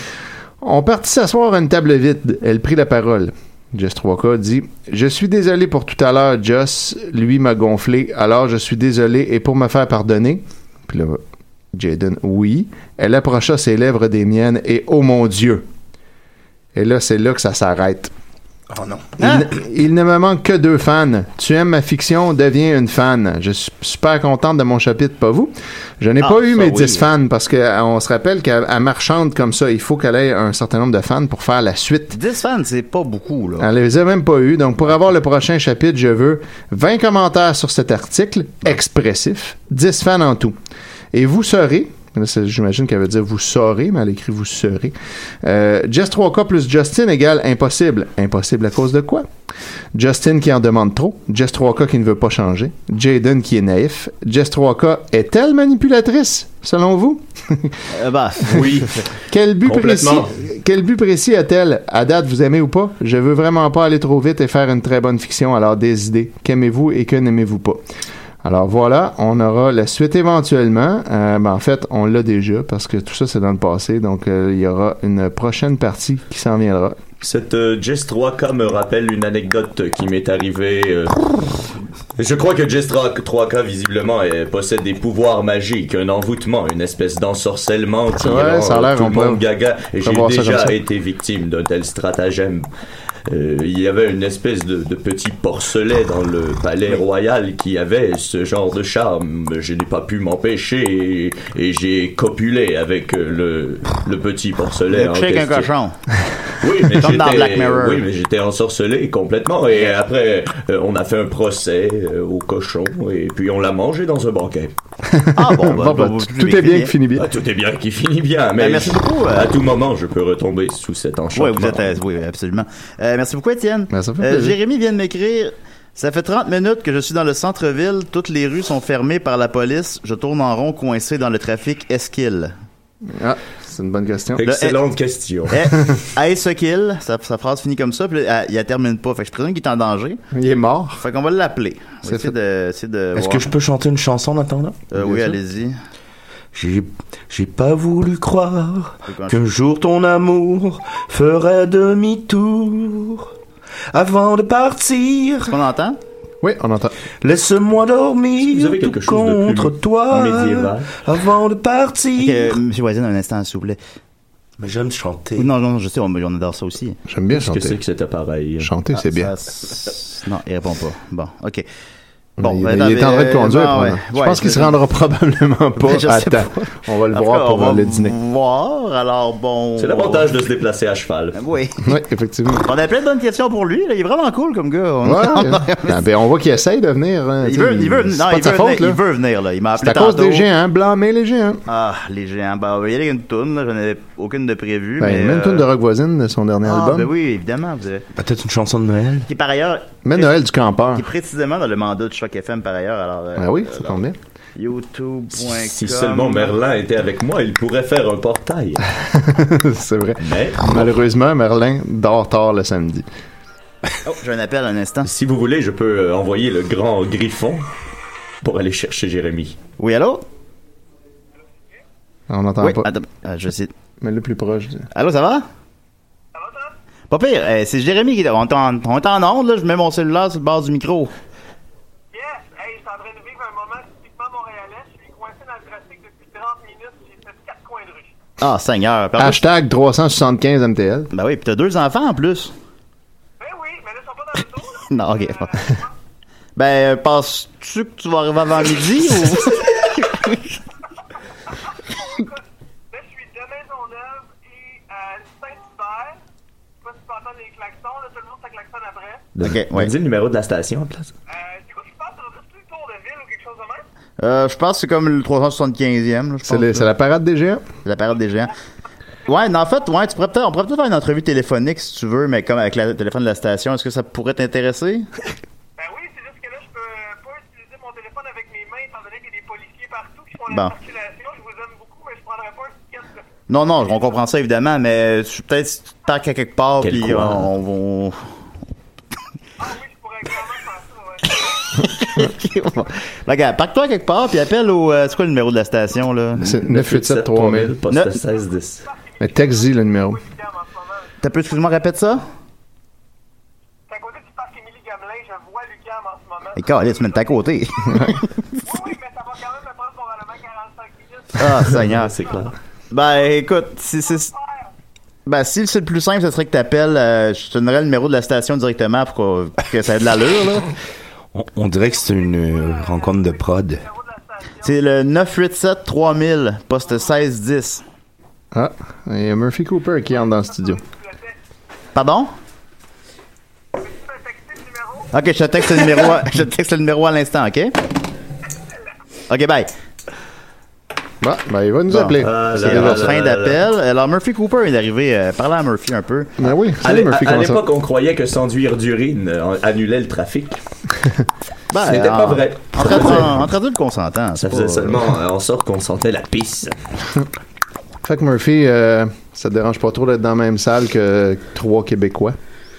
On partit s'asseoir à une table vide. Elle prit la parole. Jess 3K dit « Je suis désolé pour tout à l'heure, Joss. Lui m'a gonflé. Alors, je suis désolé. Et pour me faire pardonner... » Puis là, Jaden, oui. Elle approcha ses lèvres des miennes et « Oh mon Dieu! » Et là, c'est là que ça s'arrête.
Oh non.
Il ne me manque que 2 fans. Tu aimes ma fiction, deviens une fan. Je suis super contente de mon chapitre, pas vous. Je n'ai pas eu mes 10 fans parce qu'on se rappelle qu'elle marchande comme ça. Il faut qu'elle ait un certain nombre de fans pour faire la suite.
10 fans, c'est pas beaucoup, là.
Elle les a même pas eu. Donc, pour avoir le prochain chapitre, je veux 20 commentaires sur cet article expressif, 10 fans en tout. Et vous serez... J'imagine qu'elle veut dire vous saurez, mais elle écrit vous serez. Jess 3K plus Justin égale impossible. Impossible à cause de quoi? Justin qui en demande trop. Jess 3K qui ne veut pas changer. Jaden qui est naïf. Jess 3K est-elle manipulatrice, selon vous?
Oui.
Quel but précis a-t-elle? À date, vous aimez ou pas? Je veux vraiment pas aller trop vite et faire une très bonne fiction, alors des idées. Qu'aimez-vous et que n'aimez-vous pas? Alors voilà, on aura la suite éventuellement. En fait, on l'a déjà parce que tout ça, c'est dans le passé. Donc, il y aura une prochaine partie qui s'en viendra.
Cette Jess 3K me rappelle une anecdote qui m'est arrivée. Je crois que Jess 3K, visiblement, possède des pouvoirs magiques, un envoûtement, une espèce d'ensorcellement qui rend tout le monde gaga. Et j'ai déjà été victime d'un tel stratagème. Il y avait une espèce de petit porcelet dans le palais royal qui avait ce genre de charme. Je n'ai pas pu m'empêcher et j'ai copulé avec le petit porcelet en question.
Un cochon.
Oui, mais
comme dans Black Mirror.
Oui, mais j'étais ensorcelé complètement. Et après, on a fait un procès au cochon et puis on l'a mangé dans un banquet.
Ah bon,
tout est bien qui finit bien.
Tout est bien qui finit bien. Mais
merci beaucoup.
À tout moment, je peux retomber sous cet enchantement.
Oui, absolument. Merci beaucoup, Étienne.
Merci.
Jérémy vient de m'écrire. Ça fait 30 minutes que je suis dans le centre-ville. Toutes les rues sont fermées par la police. Je tourne en rond coincé dans le trafic. Est-ce qu'il?
Ah, c'est une bonne question.
Excellente question.
Est-ce qu'il? Sa phrase finit comme ça, puis il la termine pas. Fait que je présume qu'il est en danger.
Il est mort.
Fait qu'on va l'appeler.
Est-ce que je peux chanter une chanson en attendant?
Oui, allez-y.
J'ai pas voulu croire qu'un jour ton amour ferait demi-tour avant de partir.
Est-ce qu'on entend?
Oui, on entend.
Laisse-moi dormir
vous avez quelque chose
contre toi
médiéval
avant de partir.
Monsieur Voisin, un instant, s'il vous plaît.
Mais j'aime chanter.
Non, je sais, on adore ça aussi.
J'aime bien chanter.
Qu'est-ce que c'était pareil?
Chanter, c'est bien.
Non, il répond pas. Bon, OK.
Bon, il est en train de conduire. Je pense qu'il se rendra probablement pas à temps. On va le voir pour le dîner.
Alors bon.
C'est l'avantage de se déplacer à cheval.
Oui.
Oui, effectivement.
On a plein de bonnes questions pour lui. Là. Il est vraiment cool comme gars.
On voit qu'il essaye de venir.
Il veut venir. Là. Il m'a appelé
c'est à cause des géants. Blâmer les géants.
Ah, les géants. Ben, il y a une toune. J'en avais aucune de prévue.
Il y a même une toune de Rock Voisine de son dernier album.
Ben oui, évidemment.
Peut-être une chanson de Noël.
Qui par ailleurs.
Mais Noël du campeur.
Qui est précisément dans le mandat de Choc FM par ailleurs. Alors,
oui, ça tombe bien.
YouTube.com.
Si seulement Merlin était avec moi, il pourrait faire un portail.
C'est vrai.
Mais
malheureusement, Merlin dort tard le samedi.
Oh, j'ai un appel un instant.
Si vous voulez, je peux envoyer le grand Griffon pour aller chercher Jérémy.
Oui, allô?
On n'entend
oui,
pas.
Attends, je sais.
Mais le plus proche.
Allô, ça va? Pas pire, c'est Jérémy qui est. On est en onde, là, je mets mon cellulaire sur le bord du micro.
Yes! Hey, je suis en train de vivre un moment typiquement montréalais. Je suis coincé dans le trafic depuis 30 minutes. J'ai fait 4 coins de rue.
Ah, Seigneur.
Hashtag 375 MTL.
Ben oui, pis t'as 2 enfants en plus.
Ben oui, mais là, ils sont pas dans le dos, là.
Non, ok. Ben, penses-tu que tu vas arriver avant midi ou.
Écoute, là, je suis de Maisonneuve et à Saint-Hubert. Pas si tu peux entendre les klaxons, là, tout le monde ça klaxonne après.
Ok, ouais.
Dis le numéro de la station en place.
C'est quoi qui se passe? C'est le tour de ville ou quelque chose de même?
Je pense que c'est comme le 375e. Là,
c'est la parade des géants?
C'est la parade des géants. Ouais, en fait, ouais, on pourrait peut-être faire une entrevue téléphonique si tu veux, mais comme avec le téléphone de la station, est-ce que ça pourrait t'intéresser?
Ben oui, c'est juste que là, je peux pas utiliser mon téléphone avec mes mains, étant donné qu'il y a des policiers partout qui font la circulation. Je vous aime beaucoup, mais je prendrai pas un ticket.
Non, on comprend ça évidemment, mais peut-être si tu te parques à quelque part, puis on va.
Ah oui, je pourrais clairement faire ça, ouais.
Regarde, parque-toi quelque part, puis appelle au. C'est quoi le numéro de la station, là?
C'est 987 3000.
Poste 1610.
Mais texte-y le numéro.
T'as pu, excuse-moi, répète ça?
C'est à côté du parc Émilie-Gamelin, je vois l'UQAM en ce moment.
Et calé, tu mets à côté.
Oui, mais ça va quand même me prendre probablement 45 minutes.
Ah, Seigneur.
C'est clair.
Ben, écoute, si c'est le plus simple, ce serait que t'appelles, je te donnerais le numéro de la station directement pour que ça ait de l'allure, là.
On dirait que c'est une rencontre de prod.
C'est le 987 3000, poste 1610.
Ah, il y a Murphy Cooper qui entre dans le studio.
Pardon? Ok, je te texte le numéro à l'instant, ok? Ok, bye.
Ben, il va nous appeler.
C'est la fin d'appel. Alors, Murphy Cooper est arrivé. Parler à Murphy un peu.
Ben oui,
à l'époque, on croyait que s'enduire d'urine annulait le trafic. C'était pas vrai.
En traduit le consentant.
Ça faisait seulement en sorte qu'on sentait la pisse.
Fait que Murphy, ça te dérange pas trop d'être dans la même salle que 3 Québécois?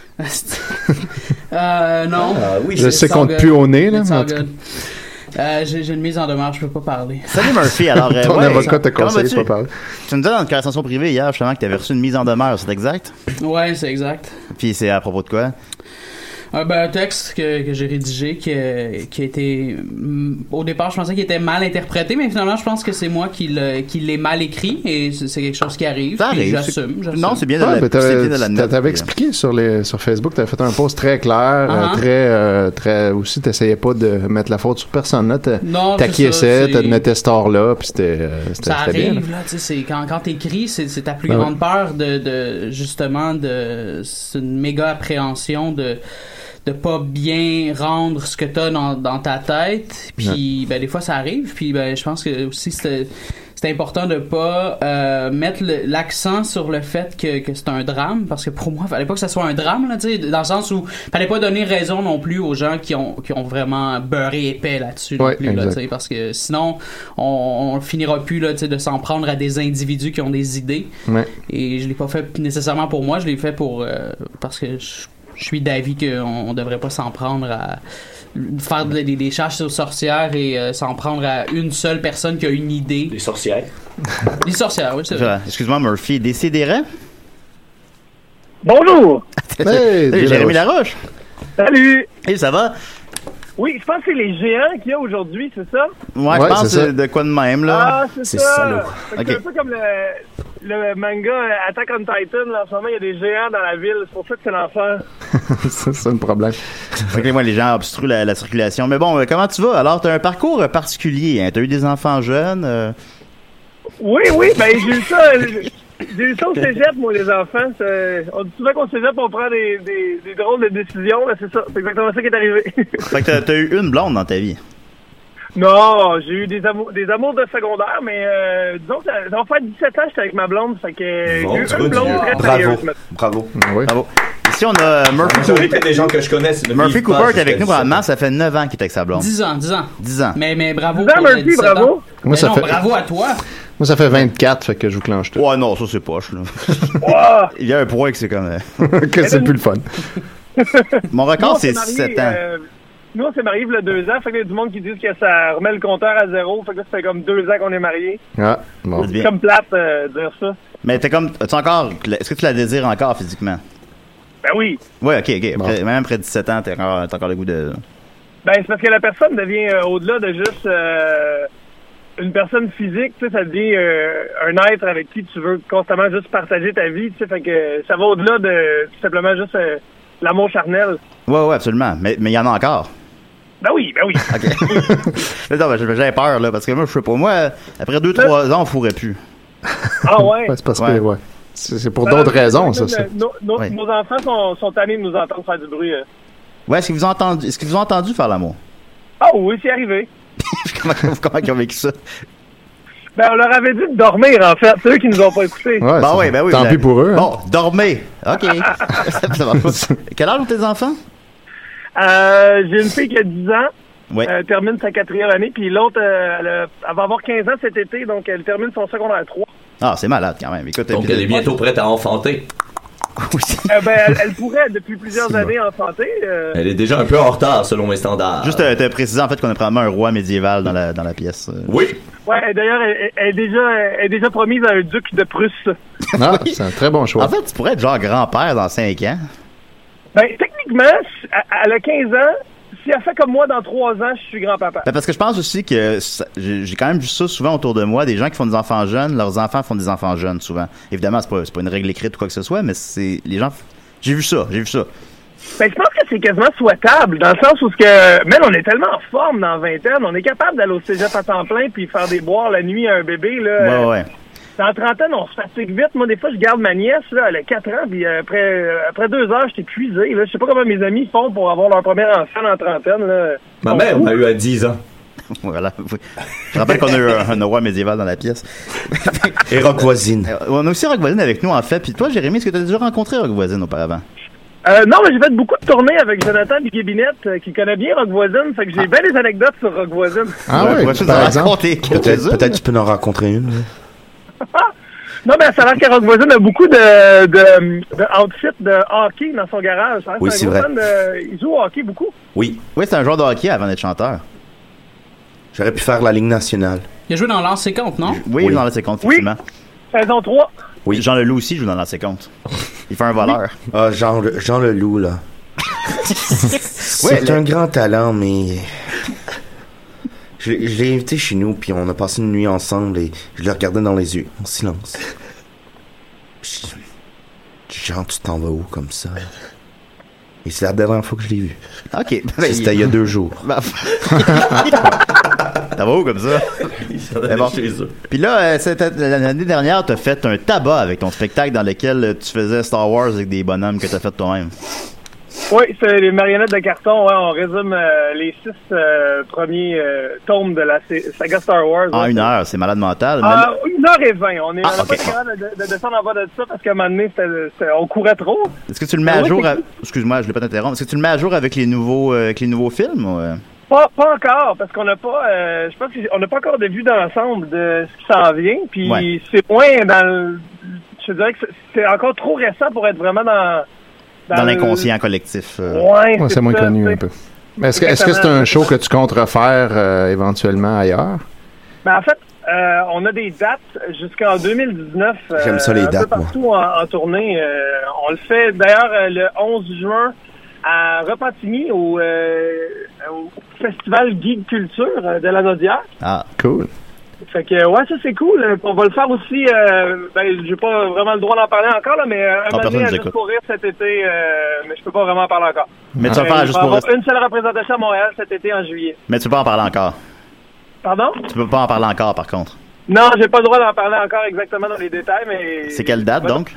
Non.
Oui, je sais qu'on te pue au nez, là.
J'ai une mise en demeure, je peux pas parler.
Salut Murphy, alors...
Ton avocat te conseille de pas parler.
Tu me disais dans une conversation privée hier, justement, que tu avais reçu une mise en demeure, c'est exact?
Ouais, c'est exact.
Puis c'est à propos de quoi?
Un texte que j'ai rédigé qui a été... Au départ, je pensais qu'il était mal interprété, mais finalement, je pense que c'est moi qui l'ai mal écrit, et c'est quelque chose qui arrive.
Ça arrive.
J'assume.
Non, c'est bien de l'admettre.
T'avais expliqué sur Facebook, t'avais fait un post très clair, très aussi, t'essayais pas de mettre la faute sur personne, là. T'acquiesçais, t'admettais ce tort-là, puis c'était
ça arrive,
bien.
là, tu sais, quand t'écris, c'est ta plus grande peur justement, c'est une méga appréhension de pas bien rendre ce que t'as dans ta tête, puis ben des fois ça arrive, puis ben je pense que aussi c'est important de pas mettre l'accent sur le fait que c'est un drame, parce que pour moi fallait pas que ça soit un drame, là, tu sais, dans le sens où fallait pas donner raison non plus aux gens qui ont vraiment beurré épais là-dessus non plus, là, tu sais, parce que sinon on finira plus là, tu sais, de s'en prendre à des individus qui ont des idées, et je l'ai pas fait nécessairement pour moi, je l'ai fait pour parce que je suis d'avis qu'on devrait pas s'en prendre à faire des chasses aux sorcières et s'en prendre à une seule personne qui a une idée.
Les sorcières.
Les sorcières, oui, c'est vrai.
Excuse-moi, Murphy, Décidérez?
Bonjour!
Hey, Jérémy Laroche!
Salut!
Hey, ça va?
Oui, je pense que c'est les géants qu'il y a aujourd'hui, c'est ça?
Ouais, je pense que c'est de quoi de même, là.
Ah, c'est ça! C'est un peu comme le manga Attack on Titan, là, en ce moment, il y a des géants dans la ville, c'est pour ça que c'est l'enfer.
C'est un problème.
Fait que moi, les gens obstruent la circulation. Mais bon, comment tu vas? Alors, t'as un parcours particulier, hein? T'as eu des enfants jeunes?
Oui, ben j'ai eu ça... J'ai eu ça au cégep, moi, les enfants. On dit souvent qu'au cégep, on prend des drôles de décisions. Là, c'est ça. C'est exactement ça qui est arrivé.
Fait que t'as eu une blonde dans ta vie?
Non, j'ai eu des amours de secondaire, mais disons que ça va faire 17 ans que j'étais avec ma blonde. Fait que j'ai eu une blonde très sérieuse.
Bravo. Ici, on a Murphy Cooper.
des gens que je connais.
Murphy Cooper qui est avec nous probablement, ça fait 9 ans qu'il est avec sa blonde.
10 ans.
10 ans.
Mais bravo.
10 ans, Murphy, bravo.
Moi, ça fait...
bravo à toi.
Moi, ça fait 24, fait que je vous clenche tout.
Ouais, non, ça c'est poche, là. Il y a un point que c'est comme...
que c'est plus le fun.
Mon record,
Nous,
c'est
on s'est
7
mariés,
ans.
Nous, on s'est mariés il y a 2 ans. Fait qu'il y a du monde qui dit que ça remet le compteur à zéro. Fait que là, ça fait comme 2 ans qu'on est mariés.
Ah, bon.
C'est comme plate dire ça.
Mais t'es comme, as-tu encore, est-ce que tu la désires encore physiquement?
Ben oui.
Ouais, ok. Même après 17 ans, t'as encore le goût de...
Ben, c'est parce que la personne devient au-delà de juste une personne physique, tu sais, ça devient un être avec qui tu veux constamment juste partager ta vie, tu sais, fait que ça va au-delà de tout simplement juste l'amour charnel.
Ouais, absolument. Mais il y en a encore.
Ben oui.
OK. Non, j'avais peur, là, parce que moi, je sais pas, moi, après 2-3 ans, on fourrait plus.
Ah ouais?
C'est parce que, ouais. C'est pour d'autres raisons, ça.
Nos enfants sont tannés de nous entendre faire du bruit.
Ouais, est-ce qu'ils vous ont entendu faire l'amour?
Ah oui, c'est arrivé.
Comment ils ont vécu ça?
Ben, on leur avait dit de dormir, en fait. C'est eux qui nous ont pas écoutés.
Ouais,
ben oui.
Tant pis pour eux. Hein?
Bon, dormez. OK. Ça va pas. Quel âge ont tes enfants?
J'ai une fille qui a 10 ans.
Ouais.
Elle termine sa 4e année. Puis l'autre, elle va avoir 15 ans cet été. Donc, elle termine son secondaire 3.
Ah, c'est malade quand même. Écoute,
donc, elle est bientôt prête à enfanter.
Elle pourrait, depuis plusieurs années, enfanter.
Elle est déjà un peu en retard, selon mes standards.
Juste te préciser, en fait, qu'on a probablement un roi médiéval dans la pièce.
Oui.
Ouais, d'ailleurs, elle est déjà promise à un duc de Prusse.
Ah, oui. C'est un très bon choix.
En fait, tu pourrais être genre grand-père dans 5 ans.
Ben, techniquement, elle a 15 ans. Si elle fait comme moi dans 3 ans, je suis grand-papa.
Ben parce que je pense aussi que j'ai quand même vu ça souvent autour de moi, des gens qui font des enfants jeunes, leurs enfants font des enfants jeunes souvent. Évidemment, c'est pas une règle écrite ou quoi que ce soit, mais c'est les gens. J'ai vu ça.
Ben, je pense que c'est quasiment souhaitable, dans le sens où on est tellement en forme dans la vingtaine, on est capable d'aller au cégep à temps plein puis faire des boires la nuit à un bébé, là.
Ouais.
Dans la trentaine, on se fatigue vite. Moi, des fois, je garde ma nièce, là, elle a 4 ans, puis après 2 heures, j'étais épuisé, là. Je sais pas comment mes amis font pour avoir leur premier enfant dans la trentaine, là.
Ma mère m'a eu à 10 ans.
Voilà. Je rappelle qu'on a eu un roi médiéval dans la pièce.
Et Rock Voisine.
On a aussi Rock Voisine avec nous, en fait. Puis toi, Jérémy, est-ce que tu as déjà rencontré Rock Voisine auparavant?
Non, mais j'ai fait beaucoup de tournées avec Jonathan Biguet-Binette, qui connaît bien Rock Voisine, fait que j'ai bien des anecdotes sur Rock Voisine.
Ah ouais,
par exemple.
Peut-être tu peux en rencontrer une.
Non, mais ça a l'air que Rock Voisine a beaucoup de outfits de hockey dans son garage. Hein?
Oui, c'est vrai.
Il joue au hockey beaucoup.
Oui.
Oui, c'est un joueur de hockey avant d'être chanteur.
J'aurais pu faire la Ligue nationale.
Il a joué dans l'Ancien Compte, non?
Oui, dans l'Ancien Compte, effectivement.
Saison 3.
Oui. Jean Leloup aussi joue dans l'Ancien Compte. Il fait un voleur.
Ah, Jean Leloup, là. C'est un grand talent, mais... Je l'ai invité chez nous, puis on a passé une nuit ensemble, et je le regardais dans les yeux, en silence. Genre, tu t'en vas où, comme ça? Et c'est la dernière fois que je l'ai vu.
OK.
C'était il y a 2 jours.
Ça va où, comme ça? Bon. Puis là, l'année dernière, t'as fait un tabac avec ton spectacle dans lequel tu faisais Star Wars avec des bonhommes que t'as fait toi-même.
Oui, c'est les marionnettes de carton. Ouais, on résume les 6 premiers tomes de la saga Star Wars.
En 1 heure, c'est malade mental.
1h20. On n'a pas capable de descendre en bas de ça parce qu'à un moment donné, on courait trop.
Est-ce que tu le mets à jour? Excuse-moi, je ne l'ai pas t'interrompre. Est-ce que tu le mets à jour avec les nouveaux films? Ou...
Pas encore, parce qu'on n'a pas... je pense qu'on n'a pas encore de vue d'ensemble de ce qui s'en vient. Puis c'est moins dans je dirais que c'est encore trop récent pour être vraiment dans
l'inconscient collectif.
Ouais,
c'est moins connu un peu. Mais est-ce que c'est un show que tu comptes refaire éventuellement ailleurs?
Ben, en fait, on a des dates jusqu'en 2019.
J'aime ça, les dates,
partout en tournée. On le fait d'ailleurs le 11 juin à Repentigny au Festival Geek Culture de la Naudière.
Ah,
cool.
Fait que, ouais, ça c'est cool. On va le faire aussi, j'ai pas vraiment le droit d'en parler encore, là, mais un moment donné à Juste pour rire cet été, mais je peux pas vraiment en parler encore.
Mais tu vas faire Juste pour rire.
Une seule représentation à Montréal cet été en juillet.
Mais tu peux pas en parler encore.
Pardon?
Tu peux pas en parler encore, par contre.
Non, j'ai pas le droit d'en parler encore exactement dans les détails, mais...
C'est quelle date, donc?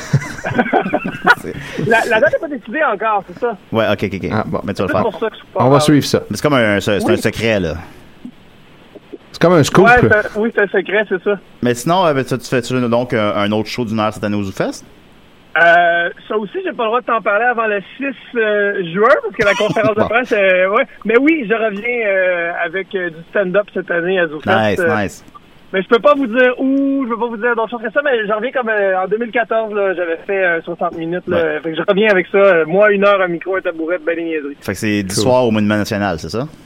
la date n'est pas décidée encore, c'est ça.
Ouais, ok. Ah, bon, mais tu vas le faire.
Pour ça que
on va suivre ça.
Mais c'est comme un secret, là.
C'est comme un scoop.
Ouais, oui, c'est un secret, c'est ça.
Mais sinon, tu fais-tu donc un autre show d'1 heure cette année au ZooFest?
Ça aussi, j'ai pas le droit de t'en parler avant le 6 juin, parce que la conférence de presse, ouais. Mais oui, je reviens avec du stand-up cette année à ZooFest.
Nice.
Mais je peux pas vous dire où, je peux pas vous dire d'autres choses que ça, mais j'en reviens comme en 2014, là, j'avais fait 60 minutes, là. Fait que je reviens avec ça. Moi, 1 heure, un micro, un tabouret, ben des niaiseries.
Fait que c'est 10 soirs au Monument National, c'est ça?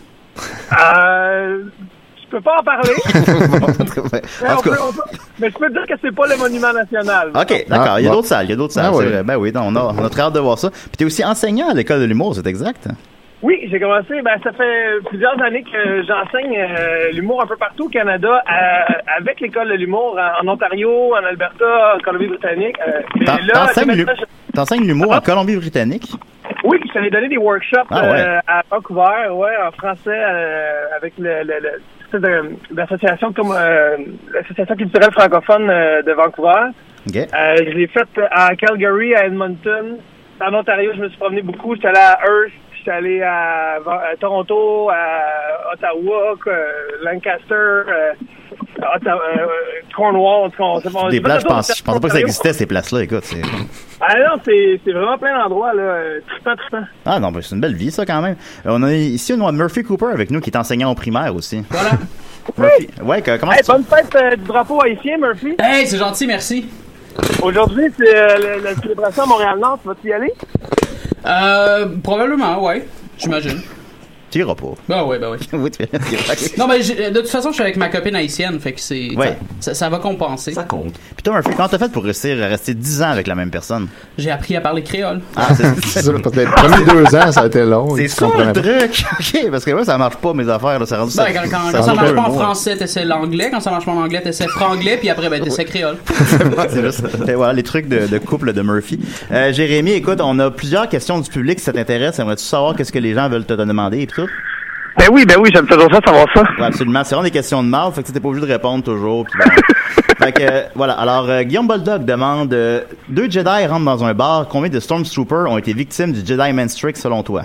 Je peux pas en parler. Mais je peux te dire que c'est pas le Monument National.
OK, d'accord. Il y a d'autres salles.
oui.
Ben oui, on a très hâte de voir ça. Puis t'es aussi enseignant à l'école de l'humour, c'est exact?
Oui, j'ai commencé, ça fait plusieurs années que j'enseigne l'humour un peu partout au Canada avec l'école de l'humour en Ontario, en Alberta, en Colombie-Britannique.
T'enseignes l'humour en Colombie-Britannique?
Oui, je t'allais donner des workshops à Vancouver, en français, avec l'association l'association culturelle francophone de Vancouver.
Okay.
Je l'ai fait à Calgary, à Edmonton. En Ontario, je me suis promené beaucoup. J'étais allé à Hearst, j'étais allé à Toronto, à Ottawa, Lancaster, Cornwall.
Des places, je pensais pas que ça existait, ces places-là, écoute.
Ah non, c'est vraiment plein d'endroits, là. Tristan.
Ah non, c'est une belle vie, ça, quand même. On a ici Murphy Cooper avec nous, qui est enseignant au primaire aussi.
Voilà.
Murphy. Ouais, comment tu...
Bonne fête du drapeau haïtien, Murphy.
Hey, c'est gentil, merci.
Aujourd'hui, c'est la célébration à Montréal-Nord. Tu vas-y y aller?
Probablement, ouais. J'imagine.
Tu iras pas.
Ben oui.
Oui,
non, mais de toute façon, je suis avec ma copine haïtienne, fait que c'est.
Ouais.
Ça va compenser.
Ça compte. Puis toi, Murphy, comment t'as fait pour rester 10 ans avec la même personne?
J'ai appris à parler créole.
Ah, c'est ça.
Peut-être les premiers 2 ans, ça a été long.
C'est ça le truc. OK, parce que moi, ça marche pas, mes affaires. Là, ça rend ça.
Quand ça marche pas en français, t'essaies l'anglais. Quand ça marche pas en anglais, t'essaies franglais. Puis après, t'essaies créole.
C'est juste. Voilà, les trucs de couple de Murphy. Jérémy, écoute, on a plusieurs questions du public si ça t'intéresse. Aimerais-tu savoir qu'est-ce que les gens veulent te demander et tout?
Ben oui, j'aime toujours ça, savoir ça.
Ouais, absolument. C'est vraiment des questions de marde, fait que t'es pas obligé de répondre toujours. Puis fait que, voilà. Alors, Guillaume Boldock demande 2 Jedi rentrent dans un bar. Combien de Stormtroopers ont été victimes du Jedi Mind Trick selon toi?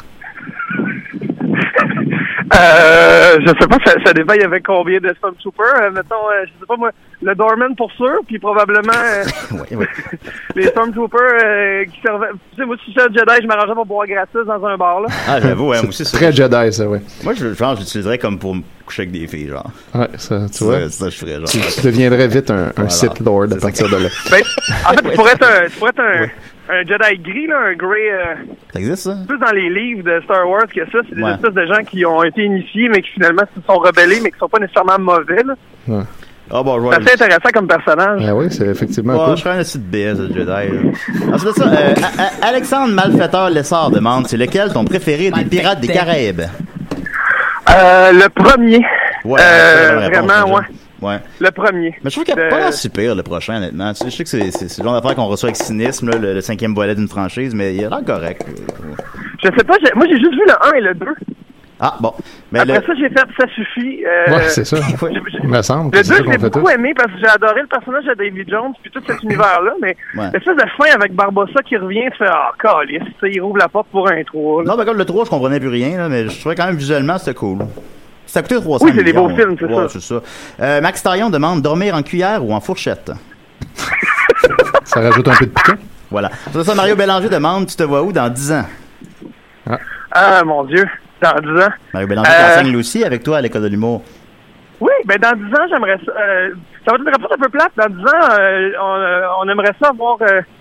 Je sais pas, ça dépend, il y avait combien de Stormtroopers. Mettons, je sais pas moi, le Doorman pour sûr, puis probablement
oui.
les Stormtroopers qui servaient. Tu sais, moi, si j'étais un Jedi, je m'arrangeais pour boire gratis dans un bar, là.
Ah, j'avoue, ouais, moi aussi, c'est
très Jedi, ça, oui.
Moi, genre, j'utiliserais comme pour me coucher avec des filles, genre.
Ouais, ça, tu vois.
Ça, je ferais, genre.
Tu deviendrais vite un Sith Lord à partir de là.
Ben, en fait, tu pourrais être un Jedi gris, là, un Grey.
Ça existe, ça?
Plus dans les livres de Star Wars que ça. C'est des espèces de gens qui ont été initiés, mais qui finalement se sont rebellés, mais qui sont pas nécessairement mauvais, là.
Ouais.
Oh, bon,
c'est assez intéressant comme personnage.
Ah oui, c'est effectivement cool.
Je serais un site BS de Jedi. Ensuite de ça, Alexandre Malfaiteur Lessard demande, c'est lequel ton préféré des Pirates des Caraïbes?
Le premier.
Ouais,
vraiment, ouais. Le premier.
Mais je trouve qu'il n'y a pas l'air super le prochain, honnêtement. Tu sais, je sais que c'est le genre d'affaire qu'on reçoit avec cynisme, là, le 5e volet d'une franchise, mais il a l'air correct.
Je sais pas, moi j'ai juste vu le 1 et le 2.
Ah, bon. Mais
après ça, j'ai fait Ça suffit.
Ouais, c'est ça. Il me semble.
Le 2, je l'ai beaucoup aimé parce que j'ai adoré le personnage de Davy Jones puis tout cet univers-là, mais l'espèce de fin avec Barbossa qui revient, tu fais câlisse, il rouvre la porte pour un 3.
Non, mais comme le 3, je comprenais plus rien, là, mais je trouvais quand même visuellement, c'était cool. Ça a coûté 300
Oui, c'est des beaux films,
c'est ça. Max Tarion demande dormir en cuillère ou en fourchette.
Ça rajoute un peu de piquant.
Voilà. C'est ça, Mario Bélanger demande tu te vois où dans 10 ans?
Ah, mon Dieu. Dans 10 ans.
Mario Bélanger t'enseigne aussi avec toi à l'école de l'humour.
Oui, ben dans 10 ans, j'aimerais ça. Ça va être une réponse un peu plate. Dans 10 ans, on aimerait ça avoir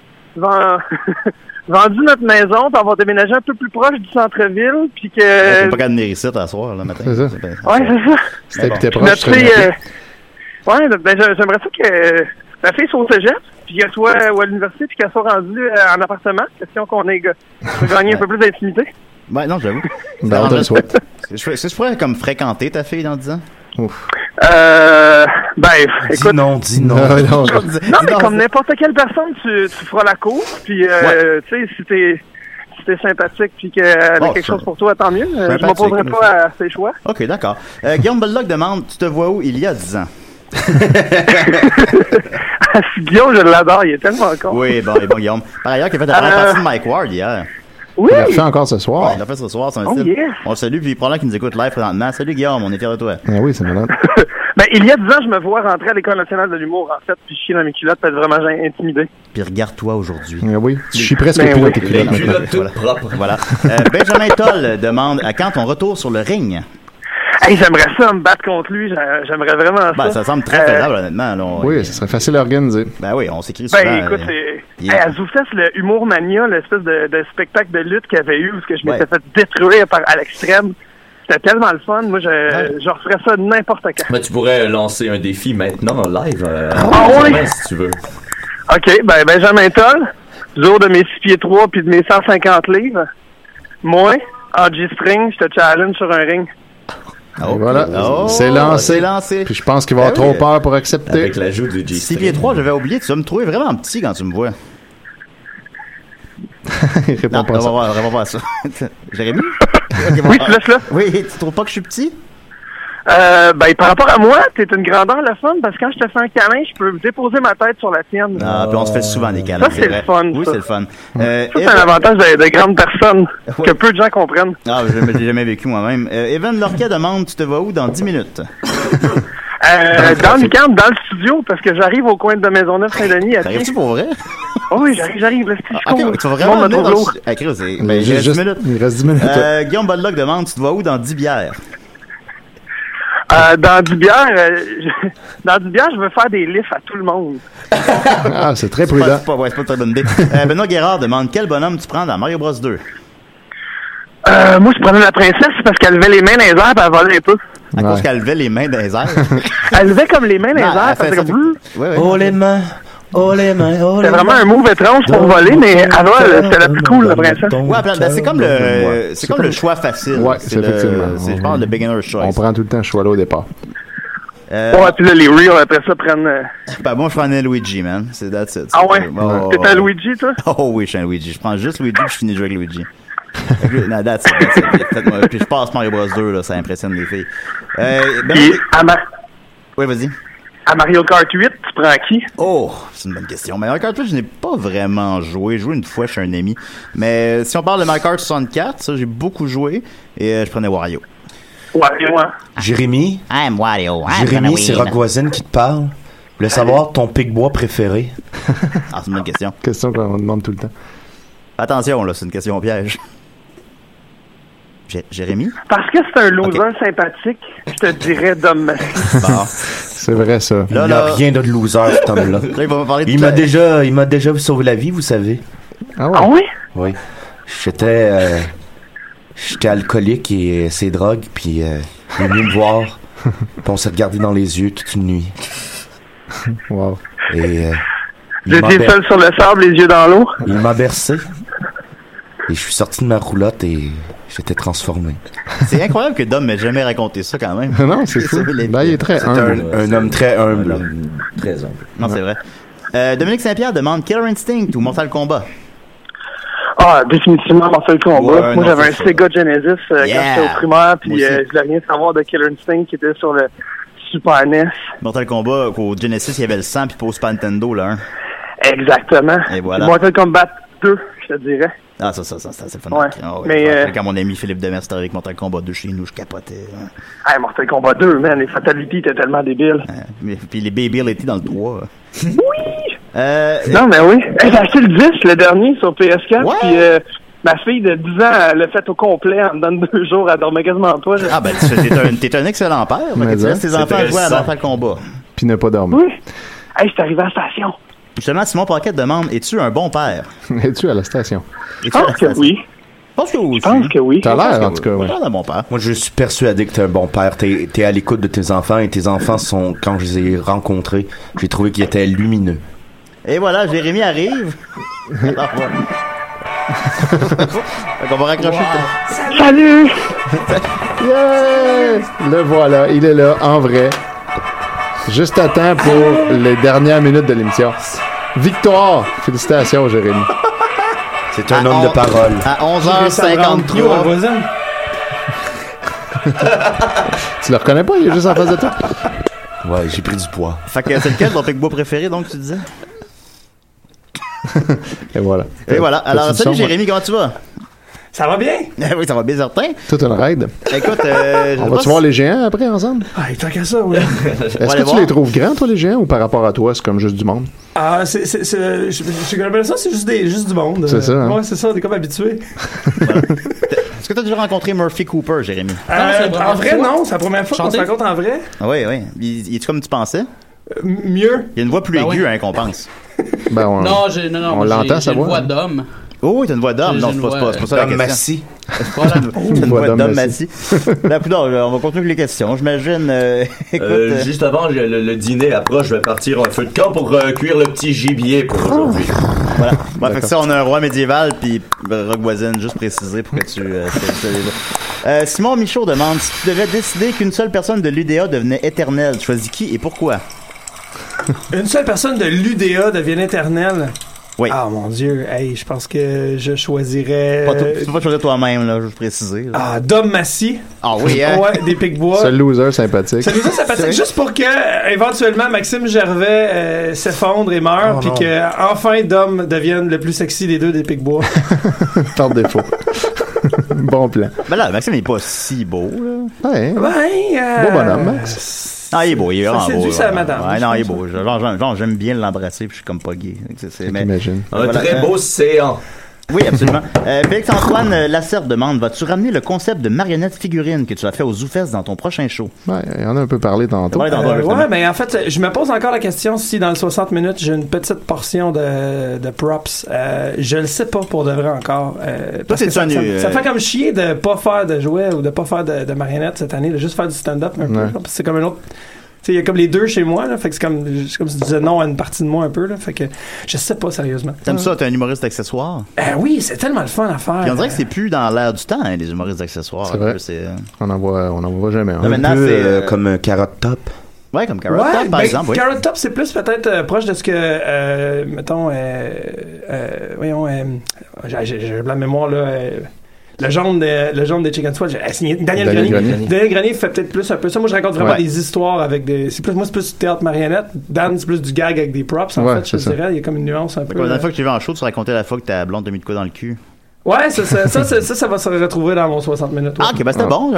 vendu notre maison, puis on va déménager un peu plus proche du centre-ville, puis que...
C'est pas qu'à venir ici à soir, le matin.
C'est ça.
Ouais, c'est ça.
C'était que t'es proche.
J'aimerais ça que ma fille soit au cégep, puis qu'elle soit ou à l'université, puis qu'elle soit rendue en appartement. Question qu'on ait gagné un peu plus d'intimité.
Ben non, j'avoue.
Ben, on te le souhaite.
Est-ce que je pourrais comme fréquenter ta fille dans 10 ans?
Écoute...
Dis non.
Non, mais comme n'importe quelle personne, tu feras la course, puis tu sais, si t'es sympathique puis qu'elle a quelque chose pour toi, tant mieux. Je m'opposerai pas à ses choix.
OK, d'accord. Guillaume Boldock demande, tu te vois où il y a 10 ans?
Guillaume, je l'adore, il est tellement con.
Oui, bon, Guillaume. Par ailleurs, qui a fait la première partie de Mike Ward hier.
Oui!
Il l'a fait encore ce soir.
Ouais, il l'a fait ce soir, c'est un style.
Yeah.
On le salue, puis probablement qu'il nous écoute live présentement. Salut Guillaume, on est fiers de toi.
Ah oui, c'est malade.
Ben, il y a 10 ans, je me vois rentrer à l'École nationale de l'humour, en fait, puis chier dans mes culottes, puis être vraiment intimidé.
Puis regarde-toi aujourd'hui.
Ah oui, je suis presque plus dans tes culottes.
Les culottes toutes propres.
Voilà. Benjamin Toll demande, à quand ton retour sur le ring?
Hey, j'aimerais ça me battre contre lui. J'aimerais vraiment ça.
Ben, ça semble très faisable, honnêtement. Là,
oui, ça serait facile à organiser.
Ben oui, on s'écrit souvent.
Ben écoute, à Zoufest, le Humour Mania, l'espèce de spectacle de lutte qu'il y avait eu, où je m'étais fait détruire à l'extrême. C'était tellement le fun. Moi, je referais ça n'importe quand.
Mais tu pourrais lancer un défi maintenant en live.
Oui?
Si tu veux.
OK, ben Benjamin Toll, jour de mes 6 pieds 3 puis de mes 150 livres. Moi, en G-string, je te challenge sur un ring.
Et voilà, c'est lancé. Puis je pense qu'il va avoir trop peur pour accepter.
Avec l'ajout du G-string.
6 pieds 3, j'avais oublié, tu vas me trouver vraiment petit quand tu me vois.
Il répond pas à ça.
On va voir ça. Jérémy?
Oui, tu laisses là.
Oui, tu trouves pas que je suis petit?
Par rapport à moi, t'es une grandeur le fun, parce que quand je te fais un câlin, je peux déposer ma tête sur la tienne.
Ah, puis on se fait souvent des câlins.
Ça, c'est le fun.
Oui,
ça.
c'est le fun.
Ça, c'est un avantage de grandes personnes que peu de gens comprennent.
Ah, je ne l'ai jamais vécu moi-même. Evan Lorquet demande, tu te vas où dans 10 minutes?
Dans le camp, dans le studio, parce que j'arrive au coin de Maisonneuve-Saint-Denis.
T'arrives-tu pour vrai?
Oh oui, j'arrive.
Ok, tu vas vraiment venir dans le... Il reste 10 minutes.
Il reste 10 minutes.
Guillaume Bollock demande, tu te vas où dans 10 bières?
Dans du bière, je veux faire des lifts à tout le monde.
Ah, c'est très prudent.
C'est pas une très bonne idée. Benoît Guérard demande, quel bonhomme tu prends dans Mario Bros 2?
Moi, je prenais la princesse parce qu'elle levait les mains dans les airs et elle volait un peu.
À cause qu'elle levait les mains dans les airs?
Elle levait comme les mains dans les airs. Parce que
Oh les mains! Oh les mains! Oh
c'était vraiment un move étrange pour voler, mais alors, c'était la plus cool, la princesse.
Ouais, c'est comme le choix facile.
Ouais, c'est effectivement.
Je parle de beginner's choice.
On prend tout le temps ce choix-là au départ.
Ouais, puis là, les Real, après ça, prennent...
Ben, moi, je prenais Luigi, man. C'est that's it.
Ah ouais? T'es un Luigi, toi?
Oh oui, je suis un Luigi. Je prends juste Luigi puis je finis le jeu avec Luigi. Non, that's it. Puis je passe Mario Bros 2, là, ça impressionne les filles. Oui, vas-y.
À Mario Kart 8, tu prends qui?
Oh, c'est une bonne question. Mario Kart 8, je n'ai pas vraiment joué. J'ai joué une fois chez un ami. Mais si on parle de Mario Kart 64, ça, j'ai beaucoup joué. Et je prenais Wario.
Wario, hein?
Jérémy?
I'm Wario.
Jérémy, c'est Rockvoisine qui te parle. Je voulais savoir ton pic-bois préféré.
Ah, c'est une bonne question.
Question qu'on demande tout le temps.
Attention, là, c'est une question piège. Jérémy?
Parce que c'est un loser sympathique, je te dirais Dom Massy.
Bon.
C'est vrai, ça.
Il n'y a rien de loser, cet homme-là.
Là, il va me parler de
il m'a déjà sauvé la vie, vous savez.
Ah ouais?
Ah oui?
Oui. J'étais alcoolique et ses drogues, puis il est venu me voir. Puis on s'est regardé dans les yeux toute une nuit.
Wow.
Et
j'étais seul sur le sable, les yeux dans l'eau.
Il m'a bercé. Et je suis sorti de ma roulotte et j'étais transformé.
C'est incroyable que Dom m'ait jamais raconté ça quand même.
Non, c'est fou. Ben, il est très humble.
Un homme très humble.
Très humble.
Non, c'est vrai. Dominique Saint-Pierre demande Killer Instinct ou Mortal Kombat?
Ah, définitivement Mortal Kombat.
Ouais,
moi, j'avais un Sega Genesis quand j'étais au primaire, puis je voulais rien savoir de Killer Instinct qui était sur le Super NES.
Mortal Kombat, au Genesis, il y avait le 100, puis pour Super Nintendo, là, 1.
Exactement.
Et voilà.
Mortal Kombat 2, je te dirais.
Ah, ça, c'est le fun.
Ouais.
Oh,
mais
quand mon ami Philippe Demers était avec Mortal Kombat 2 chez nous, je capotais. Hein.
Hey, Mortal Kombat 2, man, les fatalities étaient tellement débiles.
Puis les Baby étaient dans le 3.
Oui!
Non,
mais oui. Hey, j'ai acheté le 10, le dernier, sur PS4, puis ma fille de 10 ans, elle l'a fait au complet en dedans de 2 jours, elle dormait quasiment pas.
Ah, ben, t'es un excellent père, mais tu laisses tes enfants jouer à Mortal Kombat.
Puis ne pas dormir.
Oui. Hey, je suis arrivé à la station.
Justement, Simon Paquette demande, es-tu un bon père?
Es-tu à la station?
Je pense que oui.
Je pense que oui.
Je pense que oui.
T'as l'air, en tout cas, ouais.
T'as l'air d'un bon père.
Moi, je suis persuadé que t'es un bon père. T'es à l'écoute de tes enfants et tes enfants sont, quand je les ai rencontrés, j'ai trouvé qu'ils étaient lumineux.
Et voilà, Jérémy arrive. Alors, voilà. Donc, on va raccrocher.
Wow. Salut!
Yeah! Le voilà, il est là, en vrai. Juste à temps pour les dernières minutes de l'émission. Victoire! Félicitations, Jérémy.
C'est un homme de parole.
À 11h53.
Tu le reconnais pas? Il est juste en face de toi.
Ouais, j'ai pris du poids.
Fait que c'est lequel ton pic-bois préféré, donc, tu disais?
Et voilà.
Et voilà. Alors, salut Jérémy, comment tu vas?
Ça va bien?
Oui, ça va bien certain.
Toute une raid.
Écoute,
on va-tu voir les géants après ensemble?
Ah, tant qu'à ça, oui.
Est-ce que tu les trouves grands, toi, les géants, ou par rapport à toi, c'est comme juste du monde?
Ah, je connais pas ça, c'est juste du monde.
C'est ça. Hein?
Ouais, c'est ça, on est comme habitués.
Est-ce que tu as déjà rencontré Murphy Cooper, Jérémy?
En vrai, non. C'est la première fois qu'on se rencontre en vrai.
Oui, oui. Il est-tu comme tu pensais?
Mieux.
Il y a une voix plus aiguë qu'on pense.
Ben, on l'entend,
j'ai une voix d'homme.
Oh, t'as une voix d'homme. Non, c'est pas ça la question.
Massy.
Voilà. T'as une voix d'homme Massy. Là, on va continuer avec les questions. J'imagine. Écoute,
juste avant le dîner approche, je vais partir un feu de camp pour cuire le petit gibier pour aujourd'hui.
Voilà. Bon, fait que ça, on a un roi médiéval, puis Rock Voisine, juste préciser pour que tu Simon Michaud demande si tu devais décider qu'une seule personne de l'UDA devenait éternelle, tu choisis qui et pourquoi?
Une seule personne de l'UDA devient éternelle?
Oui.
Ah, mon Dieu. Hey, je pense que je choisirais...
Tu peux pas choisir toi-même, là, je veux préciser. Là.
Ah, Dom Massy.
Ah oui, hein?
Ouais, des Picbois.
C'est le loser sympathique.
C'est le loser sympathique, juste pour que, éventuellement, Maxime Gervais s'effondre et meure, puis que, enfin, Dom devienne le plus sexy des deux des Picbois.
Par défaut. Bon plan.
Ben là, Maxime n'est pas si beau, là.
Ouais. Beau bonhomme, Max.
Ah, il est beau, il est vraiment beau.
C'est ça, madame.
Ouais, non, il est beau. Genre, j'aime bien l'embrasser, puis je suis comme pas gay.
J'imagine.
Un très beau séant.
Oui, absolument. Félix-Antoine Lacerte demande, vas-tu ramener le concept de marionnette figurine que tu as fait au ZooFest dans ton prochain show?
Ouais, il y en a un peu parlé tantôt.
Ouais, mais en fait, je me pose encore la question si dans le 60 minutes, j'ai une petite portion de props. Je le sais pas pour de vrai encore. Parce que ça fait comme chier de pas faire de jouets ou de pas faire de marionnettes cette année, de juste faire du stand-up un peu. C'est comme un autre... Il y a comme les deux chez moi, là, fait que c'est comme si tu disais non à une partie de moi un peu, là, fait que je sais pas sérieusement.
T'aimes ça, t'es un humoriste d'accessoires?
Oui, c'est tellement le fun à faire.
Puis on dirait que c'est plus dans l'air du temps, hein, les humoristes d'accessoires.
C'est vrai. On en voit jamais.
Hein. Maintenant, c'est comme Carrot Top.
Ouais, comme Carrot Top, par exemple.
Carrot Top, c'est plus peut-être proche de ce que, mettons, voyons, j'ai la mémoire, là... Le jaune des Chicken Swatch, Daniel Grenier. Daniel Grenier fait peut-être plus un peu ça. Moi, je raconte vraiment des histoires avec des... Moi, c'est plus du théâtre marionnette. Dan, c'est plus du gag avec des props, en fait, je dirais. Il y a comme une nuance un peu.
La dernière fois que tu l'as vu en show, tu racontais la fois que ta blonde t'a mis de quoi dans le cul.
Ouais, ça va se retrouver dans mon 60 minutes. Ouais.
Ah, ok, ben c'était bon.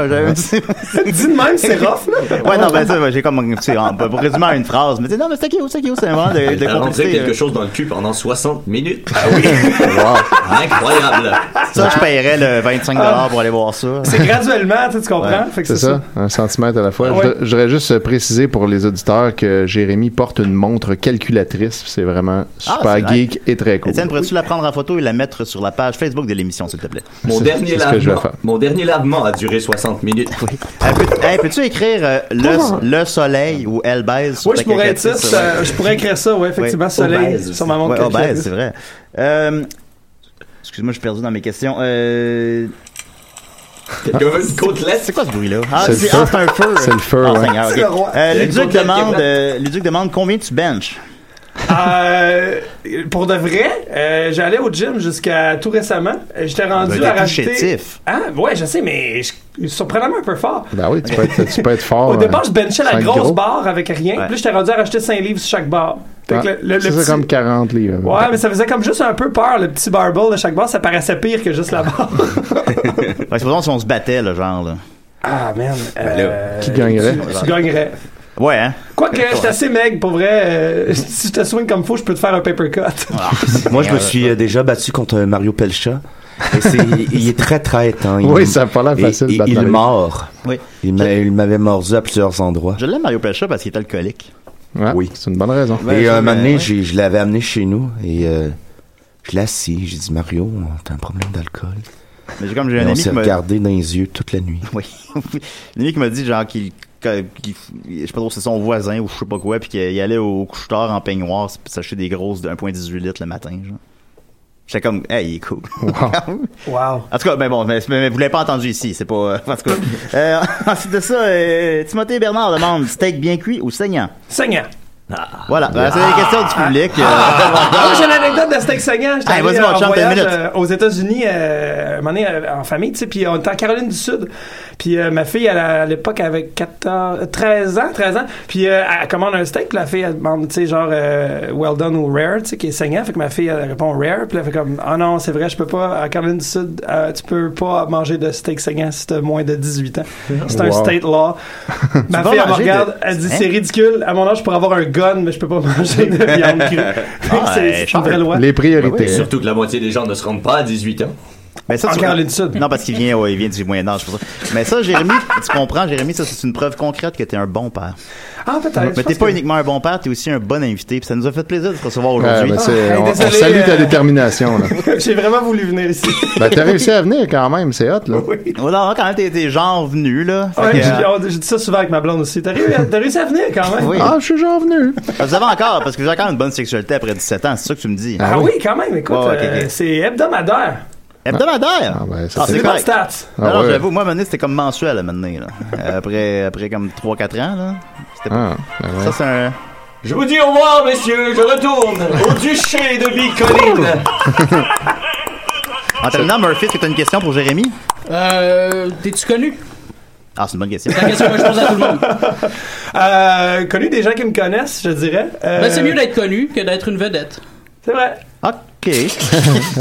Dis de même, c'est rough, là.
Ouais, non, ben ça, j'ai comme, tu sais, pour résumer à une phrase, mais non, mais c'est cute, c'est un moment de
complicité. quelque chose dans le cul pendant 60 minutes. Ah oui. Wow. Incroyable.
Ça, je paierais le 25$ pour aller voir ça.
C'est graduellement, tu comprends?
Ouais.
Fait que
c'est ça, 1 centimètre à la fois.
Ouais.
Je voudrais juste préciser pour les auditeurs que Jérémy porte une montre calculatrice. C'est vraiment super geek et très cool.
Étienne, pourrais-tu la prendre en photo et la mettre sur la page Facebook de l'émission, s'il te plaît?
Mon dernier lavement a duré 60 minutes.
Oui. Peux-tu écrire le soleil ou elle baise sur ta
calculatrice? Je pourrais écrire ça, oui, effectivement, soleil sur ma montre calculatrice.
C'est vrai. Excuse-moi, je suis perdu dans mes questions.
Quelqu'un veut une côtelette?
C'est quoi ce bruit-là?
C'est un feu. C'est le feu,
Luduc demande combien tu benches?
Pour de vrai, j'allais au gym jusqu'à tout récemment. J'étais rendu à rajouter... Ouais, je sais, mais surprenamment un peu fort.
Ben oui, tu peux être fort.
Au départ, je benchais la grosse barre avec rien. Puis j'étais rendu à rajouter 5 livres sur chaque barre.
C'est comme 40 livres.
Ouais, mais ça faisait comme juste un peu peur. Le petit barbell de chaque barre, ça paraissait pire que juste la barre.
C'est pourtant si on se battait, le genre. Là.
Ah, man.
Qui gagnerait?
Tu gagnerais.
Ouais, hein?
Quoique, je suis assez maigre, pour vrai. Si je te swing comme faut, je peux te faire un paper cut.
Moi, je me suis déjà battu contre Mario Pelcha. Il est très traître. Hein.
Oui, ça n'a pas l'air facile de battre.
Il mord.
Oui.
Il m'avait mordu à plusieurs endroits.
Je l'aime, Mario Pelcha, parce qu'il est alcoolique.
Ouais, oui. C'est une bonne raison.
Et un moment donné, je l'avais amené chez nous et je l'ai assis. J'ai dit, Mario, t'as un problème d'alcool.
Mais j'ai un ami
qui m'a regardé dans les yeux toute la nuit.
Oui. Un ami qui m'a dit, genre, je sais pas trop, c'est son voisin ou je sais pas quoi, puis qu'il allait au couche-tard en peignoir s'acheter des grosses de 1,18 litres le matin, genre. J'étais comme, hey, il est cool.
Wow.
En tout cas, mais vous l'avez pas entendu ici, c'est pas, en tout cas. Ensuite de ça, Timothée Bernard demande, steak bien cuit ou saignant?
Saignant.
Voilà, c'est des questions du public.
J'ai une anecdote de steak saignant. J'étais allé en voyage aux États-Unis un moment donné, en famille, tu sais, puis on était en Caroline du Sud. Puis ma fille, à l'époque, avait 13 ans. Puis elle commande un steak, puis la fille, elle demande, tu sais, genre well done ou rare, tu sais, qui est saignant. Fait que ma fille, elle répond rare, puis elle fait comme, ah non, c'est vrai, je peux pas, à Caroline du Sud, tu peux pas manger de steak saignant si t'as moins de 18 ans. C'est un state law. Ma fille, elle me regarde, elle dit, c'est ridicule, à mon âge, je pourrais avoir un gun, mais je peux pas manger de viande crue. C'est une vraie loi.
Les priorités.
Surtout que la moitié des gens ne se rendent pas à 18 ans.
Ben ça,
en Caroline du Sud.
Non, parce qu'il vient, il vient du Moyen-Âge, pour ça. Mais ça, Jérémy, tu comprends, Jérémy, ça, c'est une preuve concrète que t'es un bon père.
Ah, peut-être.
Mais t'es pas uniquement un bon père, t'es aussi un bon invité. Puis ça nous a fait plaisir de te recevoir aujourd'hui.
On salue ta détermination, là.
J'ai vraiment voulu venir ici.
Ben, t'as réussi à venir quand même, c'est hot, là.
Oui.
Non, quand même, t'es genre venu, là.
Ouais, j'ai dit ça souvent avec ma blonde aussi. T'as réussi à venir quand même.
Oui.
Ah, je suis genre venu.
Vous avez encore, parce que vous avez encore une bonne sexualité après 17 ans, c'est ça que tu me dis.
Ah oui, quand même, écoute, c'est hebdomadaire.
Hebdomadaire?
Ah, ben,
c'est
des bonnes stats.
Alors, j'avoue, moi, maintenant, c'était comme mensuel, à maintenant, là. Après comme 3-4 ans, là. C'était pas... Ça, c'est un...
Je vous dis au revoir, messieurs, je retourne au duché de Bicoline.
En terminant, Murphy, est-ce que tu as une question pour Jérémy?
T'es-tu connu?
Ah, c'est une bonne question.
C'est la question que je pose à tout le monde.
Connu des gens qui me connaissent, je dirais.
Ben, c'est mieux d'être connu que d'être une vedette.
C'est vrai.
OK.